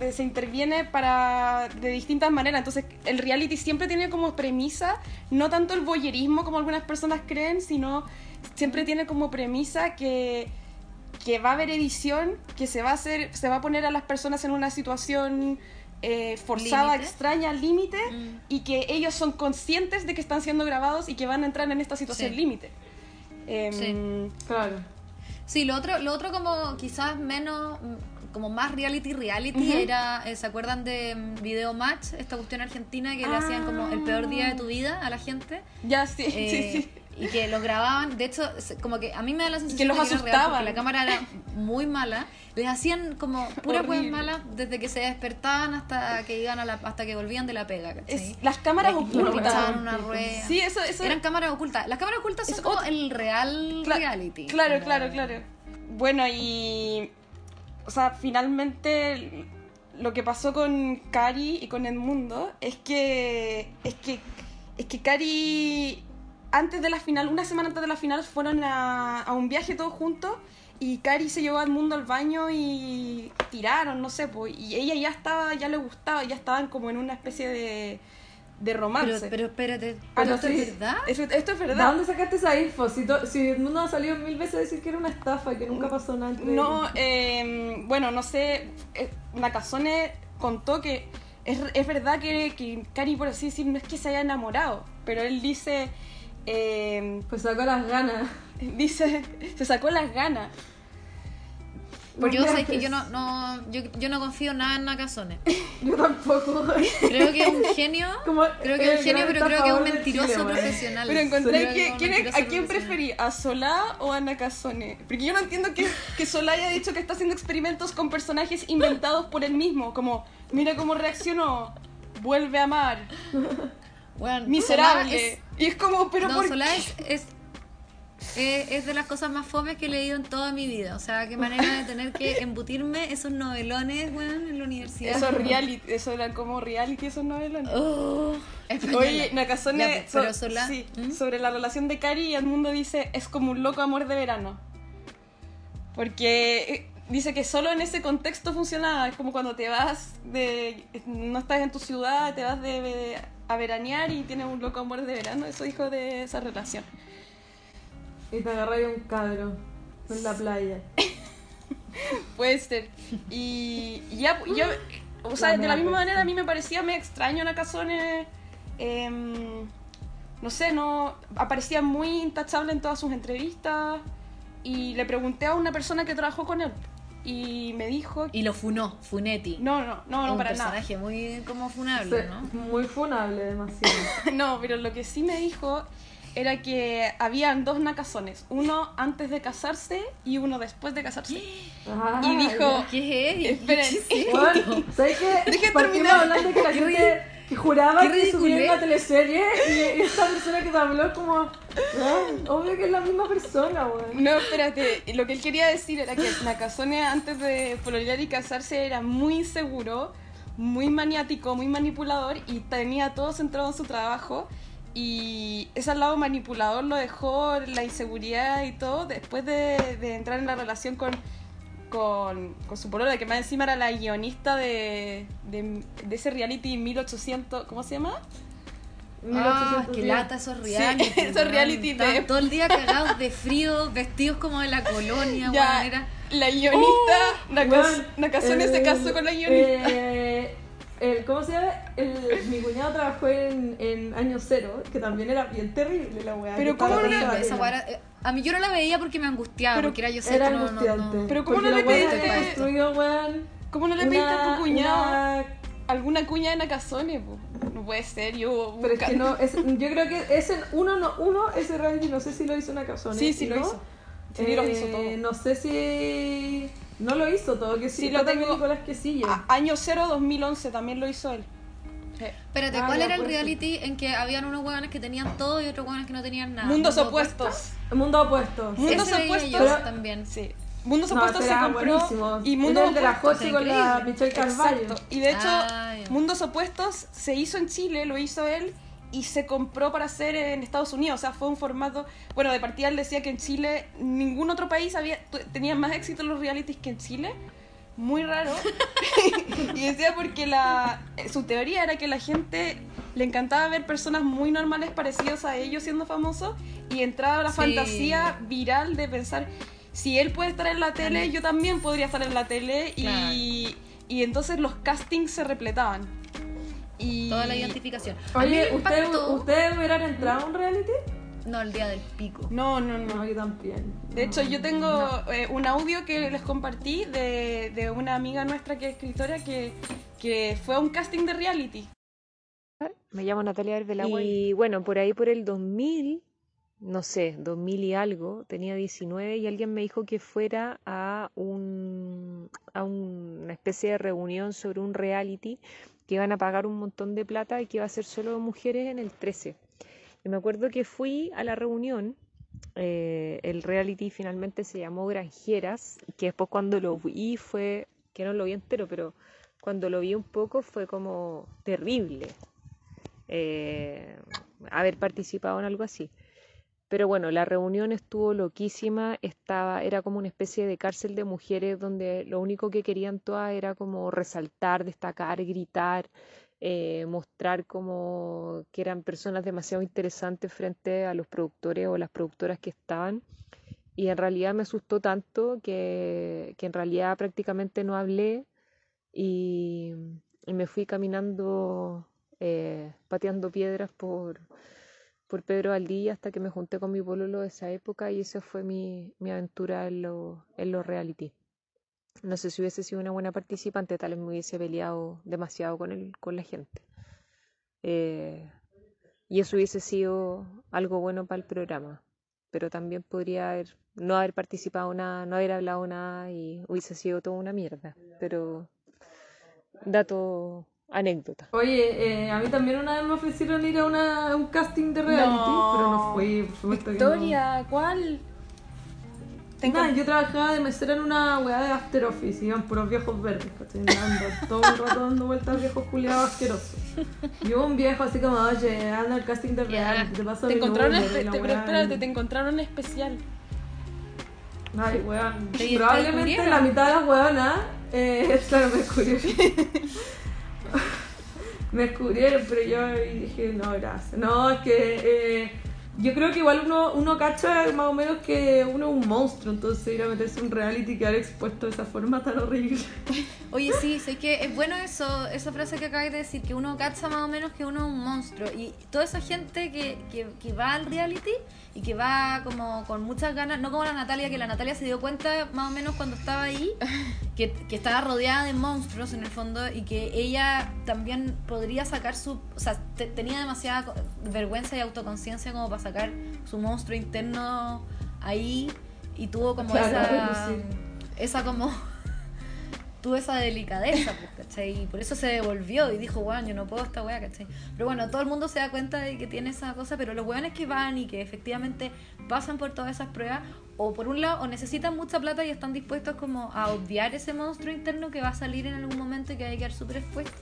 de distintas maneras. Entonces, el reality siempre tiene como premisa, no tanto el voyerismo como algunas personas creen, sino siempre tiene como premisa que va a haber edición, que se va a poner a las personas en una situación forzada, ¿límite? Extraña, límite, y que ellos son conscientes de que están siendo grabados y que van a entrar en esta situación límite. Claro. Sí, lo otro como quizás menos, como más reality era, ¿se acuerdan de Video Match? Esta cuestión argentina que le hacían como el peor día de tu vida a la gente. Ya, sí. Y que los grababan, de hecho, como que a mí me da la sensación que los de que asustaban. era real porque la cámara era muy mala. Les hacían como puras cosas malas desde que se despertaban hasta que hasta que volvían de la pega, ¿cachai? Las cámaras ocultas. Pinchaban una rueda. Sí, eso eran cámaras ocultas. Las cámaras ocultas son como el real reality. Claro. Bueno, y... O sea, finalmente lo que pasó con Cari y con Edmundo es que Cari... Antes de la final, una semana antes de la final, fueron a un viaje todos juntos y Cari se llevó al mundo al baño y tiraron, no sé, pues, y ella ya le gustaba, ya estaban como en una especie de romance. Pero espérate, ¿esto es verdad? Esto es verdad. ¿De dónde sacaste esa info? Si el mundo ha salido 1000 veces a decir que era una estafa, que nunca pasó nada entre ellos. Bueno, no sé, Nakazone contó que es verdad que Cari, por así decir, no es que se haya enamorado, pero él dice... pues sacó las ganas. Dice, se sacó las ganas. Porque yo sé que yo no confío nada en Nakazone. Yo tampoco. Creo que es un genio. Creo que es un genio, pero creo que es un mentiroso profesional. Pero encontré ¿a quién preferí? ¿A Solá o a Nakazone? Porque yo no entiendo que Solá haya dicho que está haciendo experimentos con personajes inventados por él mismo. Como, mira cómo reaccionó. Vuelve a amar. Bueno, miserable. Y es como, pero no, ¿por Solá qué? es es de las cosas más fomes que he leído en toda mi vida. O sea, qué manera de tener que embutirme esos novelones, weón, en la universidad. Eso reality, eso era como reality, esos novelones. Oh, Oye, Nakazone, pero sola, sí, sobre la relación de Kari y Edmundo dice, es como un loco amor de verano. Porque dice que solo en ese contexto funcionaba. Es como cuando te vas no estás en tu ciudad, te vas a veranear y tienes un loco amor de verano. Eso dijo de esa relación. Y te agarráis un cabro en la playa. Puede ser. Y ya, yo, o sea, de la misma manera a mí me parecía medio extraño Nakazone. No sé, no aparecía muy intachable en todas sus entrevistas. Y le pregunté a una persona que trabajó con él. Y me dijo... Y lo funó, Funetti. No, para nada. Un personaje muy como funable, ¿no? Muy funable, demasiado. No, pero lo que sí me dijo era que habían 2 Nakazones. Uno antes de casarse y uno después de casarse. Ah, y dijo... ¿Qué es? Esperen. Bueno, ¿sabes qué? Deje Partimos terminar. hablando de que la gente que juraba qué que subía ridiculez. una teleserie y esta persona que te habló es como... obvio que es la misma persona, weón. No, espérate. Lo que él quería decir era que Nakazone antes de pololear y casarse era muy inseguro, muy maniático, muy manipulador y tenía todo centrado en su trabajo. Y ese lado manipulador lo dejó la inseguridad y todo después de entrar en la relación con su polola, que más encima era la guionista de ese reality 1800, ¿cómo se llama? 1800 qué días. lata esos reality. Sí, esos reality de... Estaban todo el día cagados de frío, vestidos como de la colonia, Ya, weón, era... la guionista, Weón, Nakazone se casó con la guionista. ¿Cómo se llama? Mi cuñado trabajó en Año Cero, que también era bien terrible la weá. Pero que ¿cómo estaba no le- pasando Esa ahí. weá era- a mí yo no la veía porque me angustiaba, Pero porque era yo sé Era que angustiante. Pero ¿cómo porque no le la weá pediste- construyó, weón, ¿Cómo no le pediste a tu cuñado una- alguna cuña de Nakazone? Po? No puede ser, yo Pero es que buscando. no, yo creo que ese reality no sé si lo hizo Nakazone. Sí, lo ¿no? hizo. Sí, lo hizo todo. No sé si... No lo hizo todo, que sí, Sí, lo está también tengo. Nicolás Quesillo. Año 0, 2011, también lo hizo él. Espérate, Ah, ¿cuál ya, era el pues, reality en que habían unos hueones que tenían todo y otros hueones que no tenían nada? Mundos ¿Mundo opuestos. Mundo opuesto. Mundos Ese veía opuestos. yo también. Sí. Mundos No, opuestos ese se era compró. buenísimo. Y Era Mundos el de la opuestos. Jochi con la increíble. Michelle Carvalho. Exacto. Y de hecho, Ah, ya. Mundos Opuestos se hizo en Chile, lo hizo él, y se compró para hacer en Estados Unidos. O sea, fue un formato... Bueno, de partida él decía que en Chile ningún otro país tenía más éxito en los realities que en Chile. Muy raro. Y decía porque su teoría era que la gente le encantaba ver personas muy normales parecidos a ellos siendo famosos, y entraba la Sí. fantasía viral de pensar, si él puede estar en la tele, yo también podría estar en la tele. Claro. Y entonces los castings se repletaban. Y... Toda la identificación. A mí Oye, me impactó... ¿ustedes hubieran entrado a un reality? No, el día del pico. No. No, yo también. De hecho, yo tengo un audio que les compartí de una amiga nuestra que es escritora que fue a un casting de reality. Me llamo Natalia Arbeláez y bueno, por ahí por el 2000, no sé, 2000 y algo, tenía 19 y alguien me dijo que fuera a una especie de reunión sobre un reality que iban a pagar un montón de plata y que iba a ser solo mujeres en el 13. Y me acuerdo que fui a la reunión, el reality finalmente se llamó Granjeras, que después cuando lo vi fue, que no lo vi entero, pero cuando lo vi un poco fue como terrible. Haber participado en algo así. Pero bueno, la reunión estuvo loquísima, era como una especie de cárcel de mujeres donde lo único que querían todas era como resaltar, destacar, gritar, mostrar como que eran personas demasiado interesantes frente a los productores o las productoras que estaban. Y en realidad me asustó tanto que en realidad prácticamente no hablé y me fui caminando, pateando piedras por Pedro Valdivia hasta que me junté con mi pololo de esa época, y esa fue mi aventura en los reality. No sé si hubiese sido una buena participante, tal vez me hubiese peleado demasiado con la gente. Y eso hubiese sido algo bueno para el programa. Pero también podría no haber participado nada, no haber hablado nada y hubiese sido toda una mierda. Pero dato anécdota. Oye, a mí también una vez me ofrecieron ir a un casting de reality, pero no fui, por supuesto Victoria, que no. ¿cuál? Nada, yo trabajaba de mesera en una weá de after office, iban puros viejos verdes, ¿cachai? Andando todo el rato dando vueltas viejos culiados asquerosos. Y hubo un viejo así como, oye, anda al casting de reality, te paso Te mi encontraron, número", y la pero weá, espérate, te encontraron especial. Ay, weón. ¿Te Probablemente descubrieron? la mitad de las weonas, claro, me descubrieron. Me descubrieron, pero yo dije, no, gracias. No, es que yo creo que igual uno cacha más o menos que uno es un monstruo, entonces ir a meterse en un reality y quedar expuesto de esa forma tan horrible. Oye, sí, sé que es bueno esa frase que acabas de decir, que uno cacha más o menos que uno es un monstruo. Y toda esa gente que va al reality y que va como con muchas ganas, no como la Natalia, que la Natalia se dio cuenta más o menos cuando estaba ahí, que estaba rodeada de monstruos en el fondo y que ella también podría sacar su... O sea, tenía demasiada vergüenza y autoconciencia como para sacar su monstruo interno ahí y tuvo como Claro, esa como... tuvo esa delicadeza, pues, ¿cachai? Y por eso se devolvió y dijo, weón, yo no puedo esta weá, ¿cachai? Pero bueno, todo el mundo se da cuenta de que tiene esa cosa, pero los weones que van y que efectivamente pasan por todas esas pruebas, o por un lado, o necesitan mucha plata y están dispuestos como a obviar ese monstruo interno que va a salir en algún momento y que hay que quedar súper expuesto,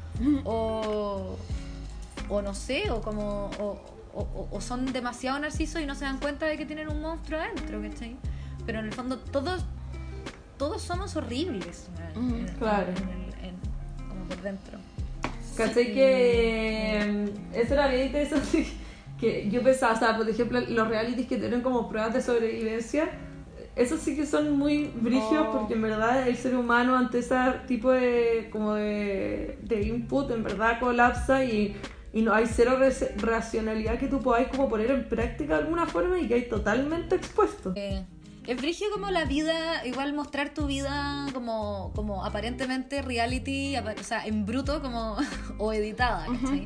o no sé, o como... O son demasiado narcisos y no se dan cuenta de que tienen un monstruo adentro, ¿cachai? Pero en el fondo todos somos horribles, Claro. como por dentro. ¿Cachai? Que eso era bien interesante, que yo pensaba, o sea, por ejemplo, los realities que tienen como pruebas de sobrevivencia, esos sí que son muy brígidos porque en verdad el ser humano ante ese tipo de como de input en verdad colapsa y no hay cero racionalidad que tú podáis como poner en práctica de alguna forma y que hay totalmente expuesto. Es brígido como la vida, igual mostrar tu vida como aparentemente reality, o sea, en bruto como o editada, ¿cachai?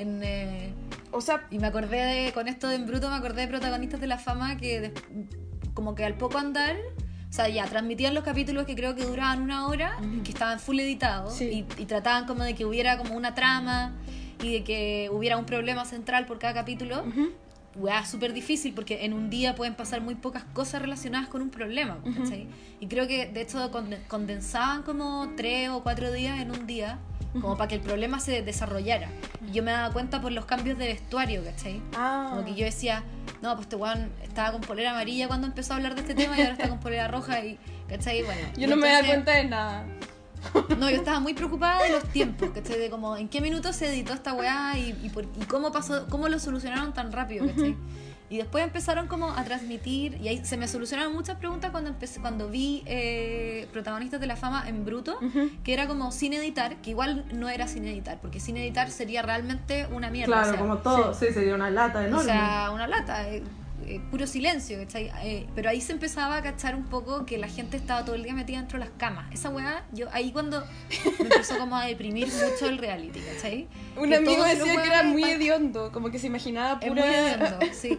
O sea, Y me acordé con esto de en bruto, me acordé de Protagonistas de la Fama que como que al poco andar, o sea, ya transmitían los capítulos que creo que duraban 1 hora, que estaban full editados, Sí. y trataban como de que hubiera como una trama y de que hubiera un problema central por cada capítulo. Weá, súper difícil porque en un día pueden pasar muy pocas cosas relacionadas con un problema, ¿cachai? Y creo que de hecho condensaban como 3 o 4 días en un día como para que el problema se desarrollara. Y yo me daba cuenta por los cambios de vestuario, ¿cachai? Como que yo decía, no, pues este weón estaba con polera amarilla cuando empezó a hablar de este tema y ahora está con polera roja y, ¿cachai? Bueno, yo no me da cuenta de nada. No, yo estaba muy preocupada de los tiempos, ¿cachai? De como en qué minuto se editó esta weá y cómo pasó, cómo lo solucionaron tan rápido, ¿cachai? Y después empezaron como a transmitir y ahí se me solucionaron muchas preguntas cuando vi Protagonistas de la Fama en bruto, que era como sin editar, que igual no era sin editar, porque sin editar sería realmente una mierda. Claro, o sea, como todo, sí, sería una lata enorme. o sea, una lata, puro silencio, ¿cachai? Pero ahí se empezaba a cachar un poco que la gente estaba todo el día metida dentro de las camas. Esa weá, ahí cuando me empezó como a deprimir mucho el reality, ¿cachai? Un Que amigo todos los decía que era weones muy van- hediondo, como que se imaginaba Es pura... muy hediondo, sí.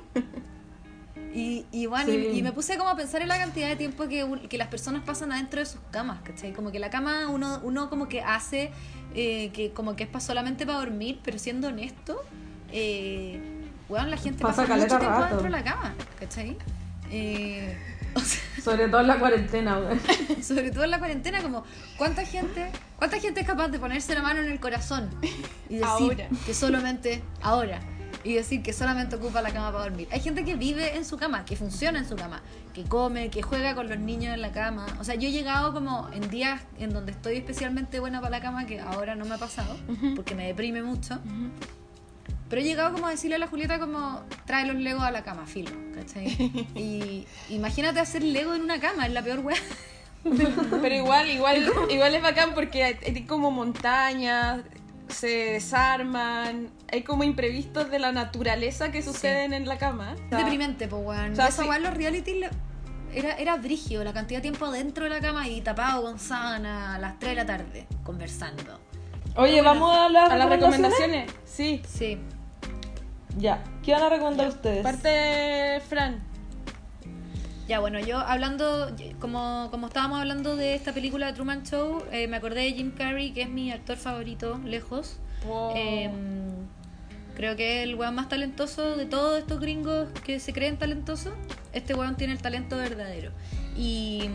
Y bueno, Sí. y me puse como a pensar en la cantidad de tiempo que las personas pasan adentro de sus camas, ¿cachai? Como que la cama uno como que hace que como que es solamente para dormir, pero siendo honesto, bueno, la gente Pasa pasa mucho caleta tiempo rato. dentro de la cama, ¿cachai? O sea, Sobre todo en la cuarentena, güey. sobre todo en la cuarentena, como ¿cuánta gente es capaz de ponerse la mano en el corazón y decir Ahora. que solamente ahora y decir que solamente ocupa la cama para dormir? Hay gente que vive en su cama, que funciona en su cama, que come, que juega con los niños en la cama. O sea, yo he llegado como en días en donde estoy especialmente buena para la cama, que ahora no me ha pasado, porque me deprime mucho. Pero he llegado como a decirle a la Julieta como, trae los Legos a la cama, filo, ¿cachai? Y imagínate hacer Lego en una cama, es la peor weá. Pero igual es bacán porque hay como montañas, se desarman, hay como imprevistos de la naturaleza que suceden en la cama. O Es sea, deprimente, po, weón. o sea, Esa sí. weá en los reality era brígido, la cantidad de tiempo dentro de la cama y tapado con sábana a las 3 de la tarde, conversando. Oye, ¿vamos a las a las recomendaciones? recomendaciones, sí. Sí. Ya. ¿Qué van a recomendar ustedes? Parte Fran. Ya, bueno, yo hablando, como estábamos hablando de esta película de Truman Show, me acordé de Jim Carrey, que es mi actor favorito, lejos. Wow. Creo que es el weón más talentoso de todos estos gringos que se creen talentosos. Este weón tiene el talento verdadero. Y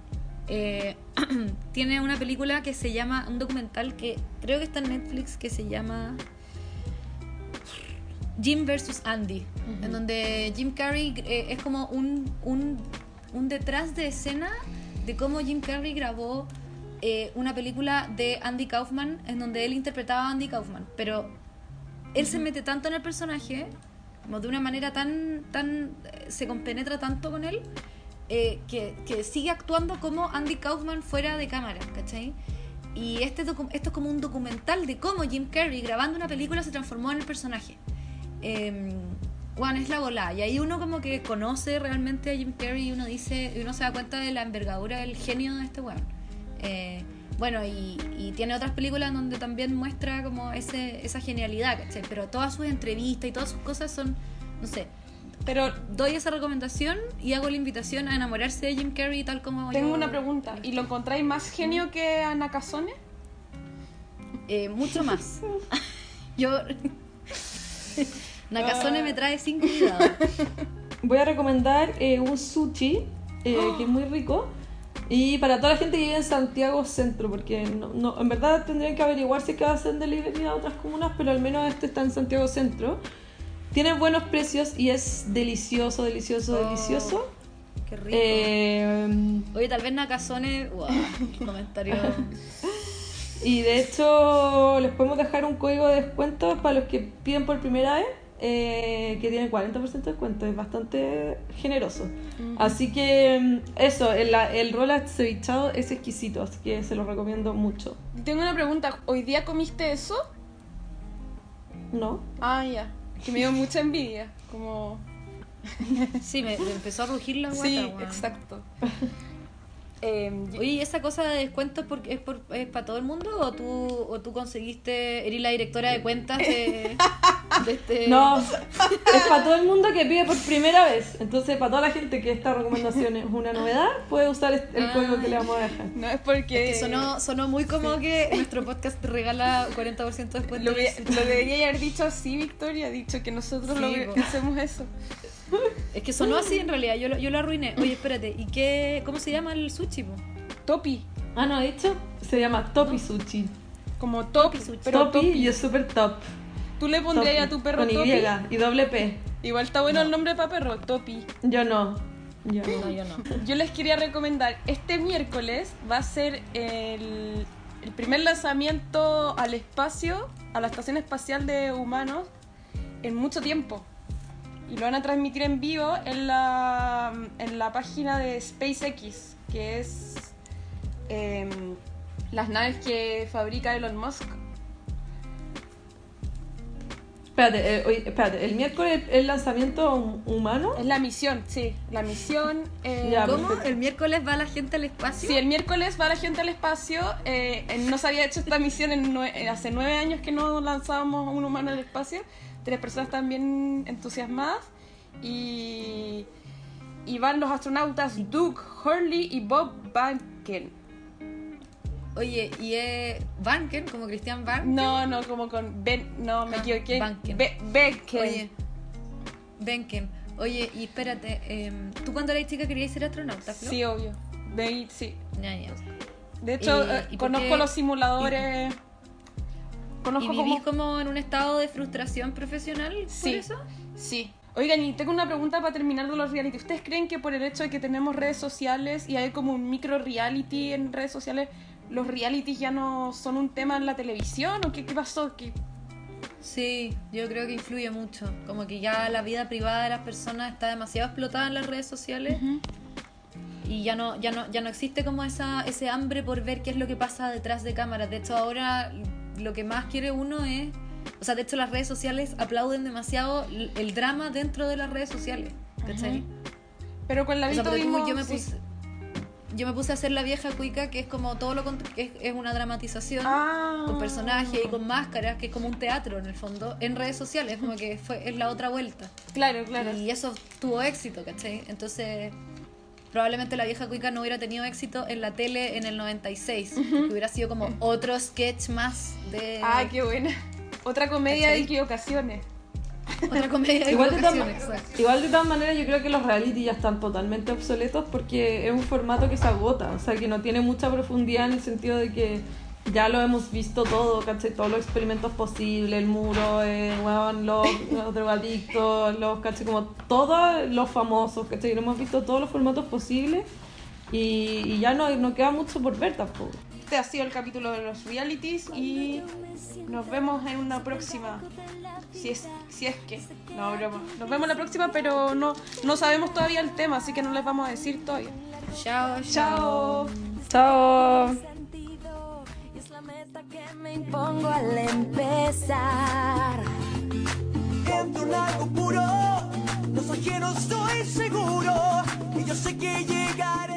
tiene una película que se llama, un documental que creo que está en Netflix, que se llama Jim vs. Andy, en donde Jim Carrey es como un detrás de escena de cómo Jim Carrey grabó una película de Andy Kaufman, en donde él interpretaba a Andy Kaufman, pero él se mete tanto en el personaje, como de una manera tan se compenetra tanto con él, que sigue actuando como Andy Kaufman fuera de cámara, ¿cachai? Y esto es como un documental de cómo Jim Carrey grabando una película se transformó en el personaje. Bueno, es la volada. Y ahí uno como que conoce realmente a Jim Carrey y uno se da cuenta de la envergadura del genio de este weón. Bueno, y tiene otras películas donde también muestra como esa genialidad, ¿cachai? Pero todas sus entrevistas y todas sus cosas son, no sé. Pero doy esa recomendación y hago la invitación a enamorarse de Jim Carrey tal como Tengo una pregunta. ¿Y lo encontráis más genio que a Nakasone? Mucho más. Yo... Nakasone me trae sin cuidado. Voy a recomendar un sushi que es muy rico. Y para toda la gente que vive en Santiago Centro, porque no, en verdad tendrían que averiguar si es que hacen delivery a otras comunas, pero al menos este está en Santiago Centro. Tiene buenos precios y es delicioso. Qué rico. Oye, tal vez Nakasone... Wow, comentario... Y de hecho les podemos dejar un código de descuento para los que piden por primera vez, que tiene 40% de descuento, es bastante generoso. Así que eso, el roll acevichado es exquisito, así que se lo recomiendo mucho. Tengo una pregunta, ¿hoy día comiste eso? ¿No? Ah, ya, que me dio mucha envidia, como... Sí, me empezó a rugir la guata. Sí, bueno. exacto. Oye, ¿y esa cosa de descuento es para todo el mundo o tú conseguiste, eres la directora de cuentas de este... No, es para todo el mundo que pide por primera vez. Entonces, para toda la gente que esta recomendación es una novedad, puede usar el código que le vamos a dejar. No es porque... Es que sonó muy como que nuestro podcast te regala 40% de descuento. Lo debería haber dicho así, Victoria, ha dicho que nosotros Sí, hacemos eso. Es que sonó así en realidad, yo lo arruiné. Oye, espérate, ¿y cómo se llama el sushi, po? Topi. Ah, ¿no ha dicho? Se llama Topi Sushi. Como Topi, pero Topi y es super top. ¿Tú le pondrías Topi. a tu perro con Topi? Y doble P. Igual está bueno el nombre para perro, Topi. Yo no. No, yo no. Yo les quería recomendar, este miércoles va a ser el primer lanzamiento al espacio, a la Estación Espacial de Humanos, en mucho tiempo. Y lo van a transmitir en vivo en la página de SpaceX, que es las naves que fabrica Elon Musk. Espérate, ¿el miércoles el lanzamiento humano? Es la misión, sí, la misión... Ya, ¿Cómo? perfecto. ¿El miércoles va la gente al espacio? Sí, el miércoles va la gente al espacio. No se había hecho esta misión hace 9 años que no lanzábamos a un humano al espacio. 3 personas están bien entusiasmadas. Y van los astronautas Doug Hurley y Bob Behnken. Oye, ¿y es Banken, como Christian Banken? No, como con no, me equivoqué. Behnken. Behnken. Oye, Benken. Oye, y espérate, ¿tú cuando eras chica querías ser astronauta, Flo? Sí, obvio. Sí. Ya. De hecho, ¿Y por conozco qué? los simuladores. ¿Y vivís como en un estado de frustración profesional Sí. por eso? Sí. Oigan, y tengo una pregunta para terminar de los reality. ¿Ustedes creen que por el hecho de que tenemos redes sociales y hay como un micro reality en redes sociales, los realities ya no son un tema en la televisión? ¿O qué pasó? Sí, yo creo que influye mucho. Como que ya la vida privada de las personas está demasiado explotada en las redes sociales. Y ya no existe como ese hambre por ver qué es lo que pasa detrás de cámaras. De hecho, ahora lo que más quiere uno es... O sea, de hecho las redes sociales aplauden demasiado el drama dentro de las redes sociales, ¿cachai? Pero con la O sea, vida yo me puse a hacer la vieja cuica, que es como todo lo que es una dramatización con personajes y con máscaras, que es como un teatro en el fondo, en redes sociales, como que es la otra vuelta. Claro. Y eso tuvo éxito, ¿cachai? Entonces probablemente La vieja cuica no hubiera tenido éxito en la tele en el 96, que hubiera sido como otro sketch más de... Ah, qué buena. Otra comedia de equivocaciones. Otra comedia de Igual equivocaciones, igual de todas maneras yo creo que los reality ya están totalmente obsoletos porque es un formato que se agota, o sea que no tiene mucha profundidad en el sentido de que ya lo hemos visto todo, ¿cachai? Todos los experimentos posibles, el muro, bueno, los drogadictos, ¿cachai? Como todos los famosos, ¿cachai? Lo hemos visto todos los formatos posibles y ya no queda mucho por ver tampoco. Este ha sido el capítulo de los realities y nos vemos en una próxima. Si es que... No, broma. Nos vemos en la próxima, pero no sabemos todavía el tema, así que no les vamos a decir todavía. Chao, Chao. Chao. Que me impongo al empezar. Entro en algo puro, no soy quien no estoy seguro, y yo sé que llegaré.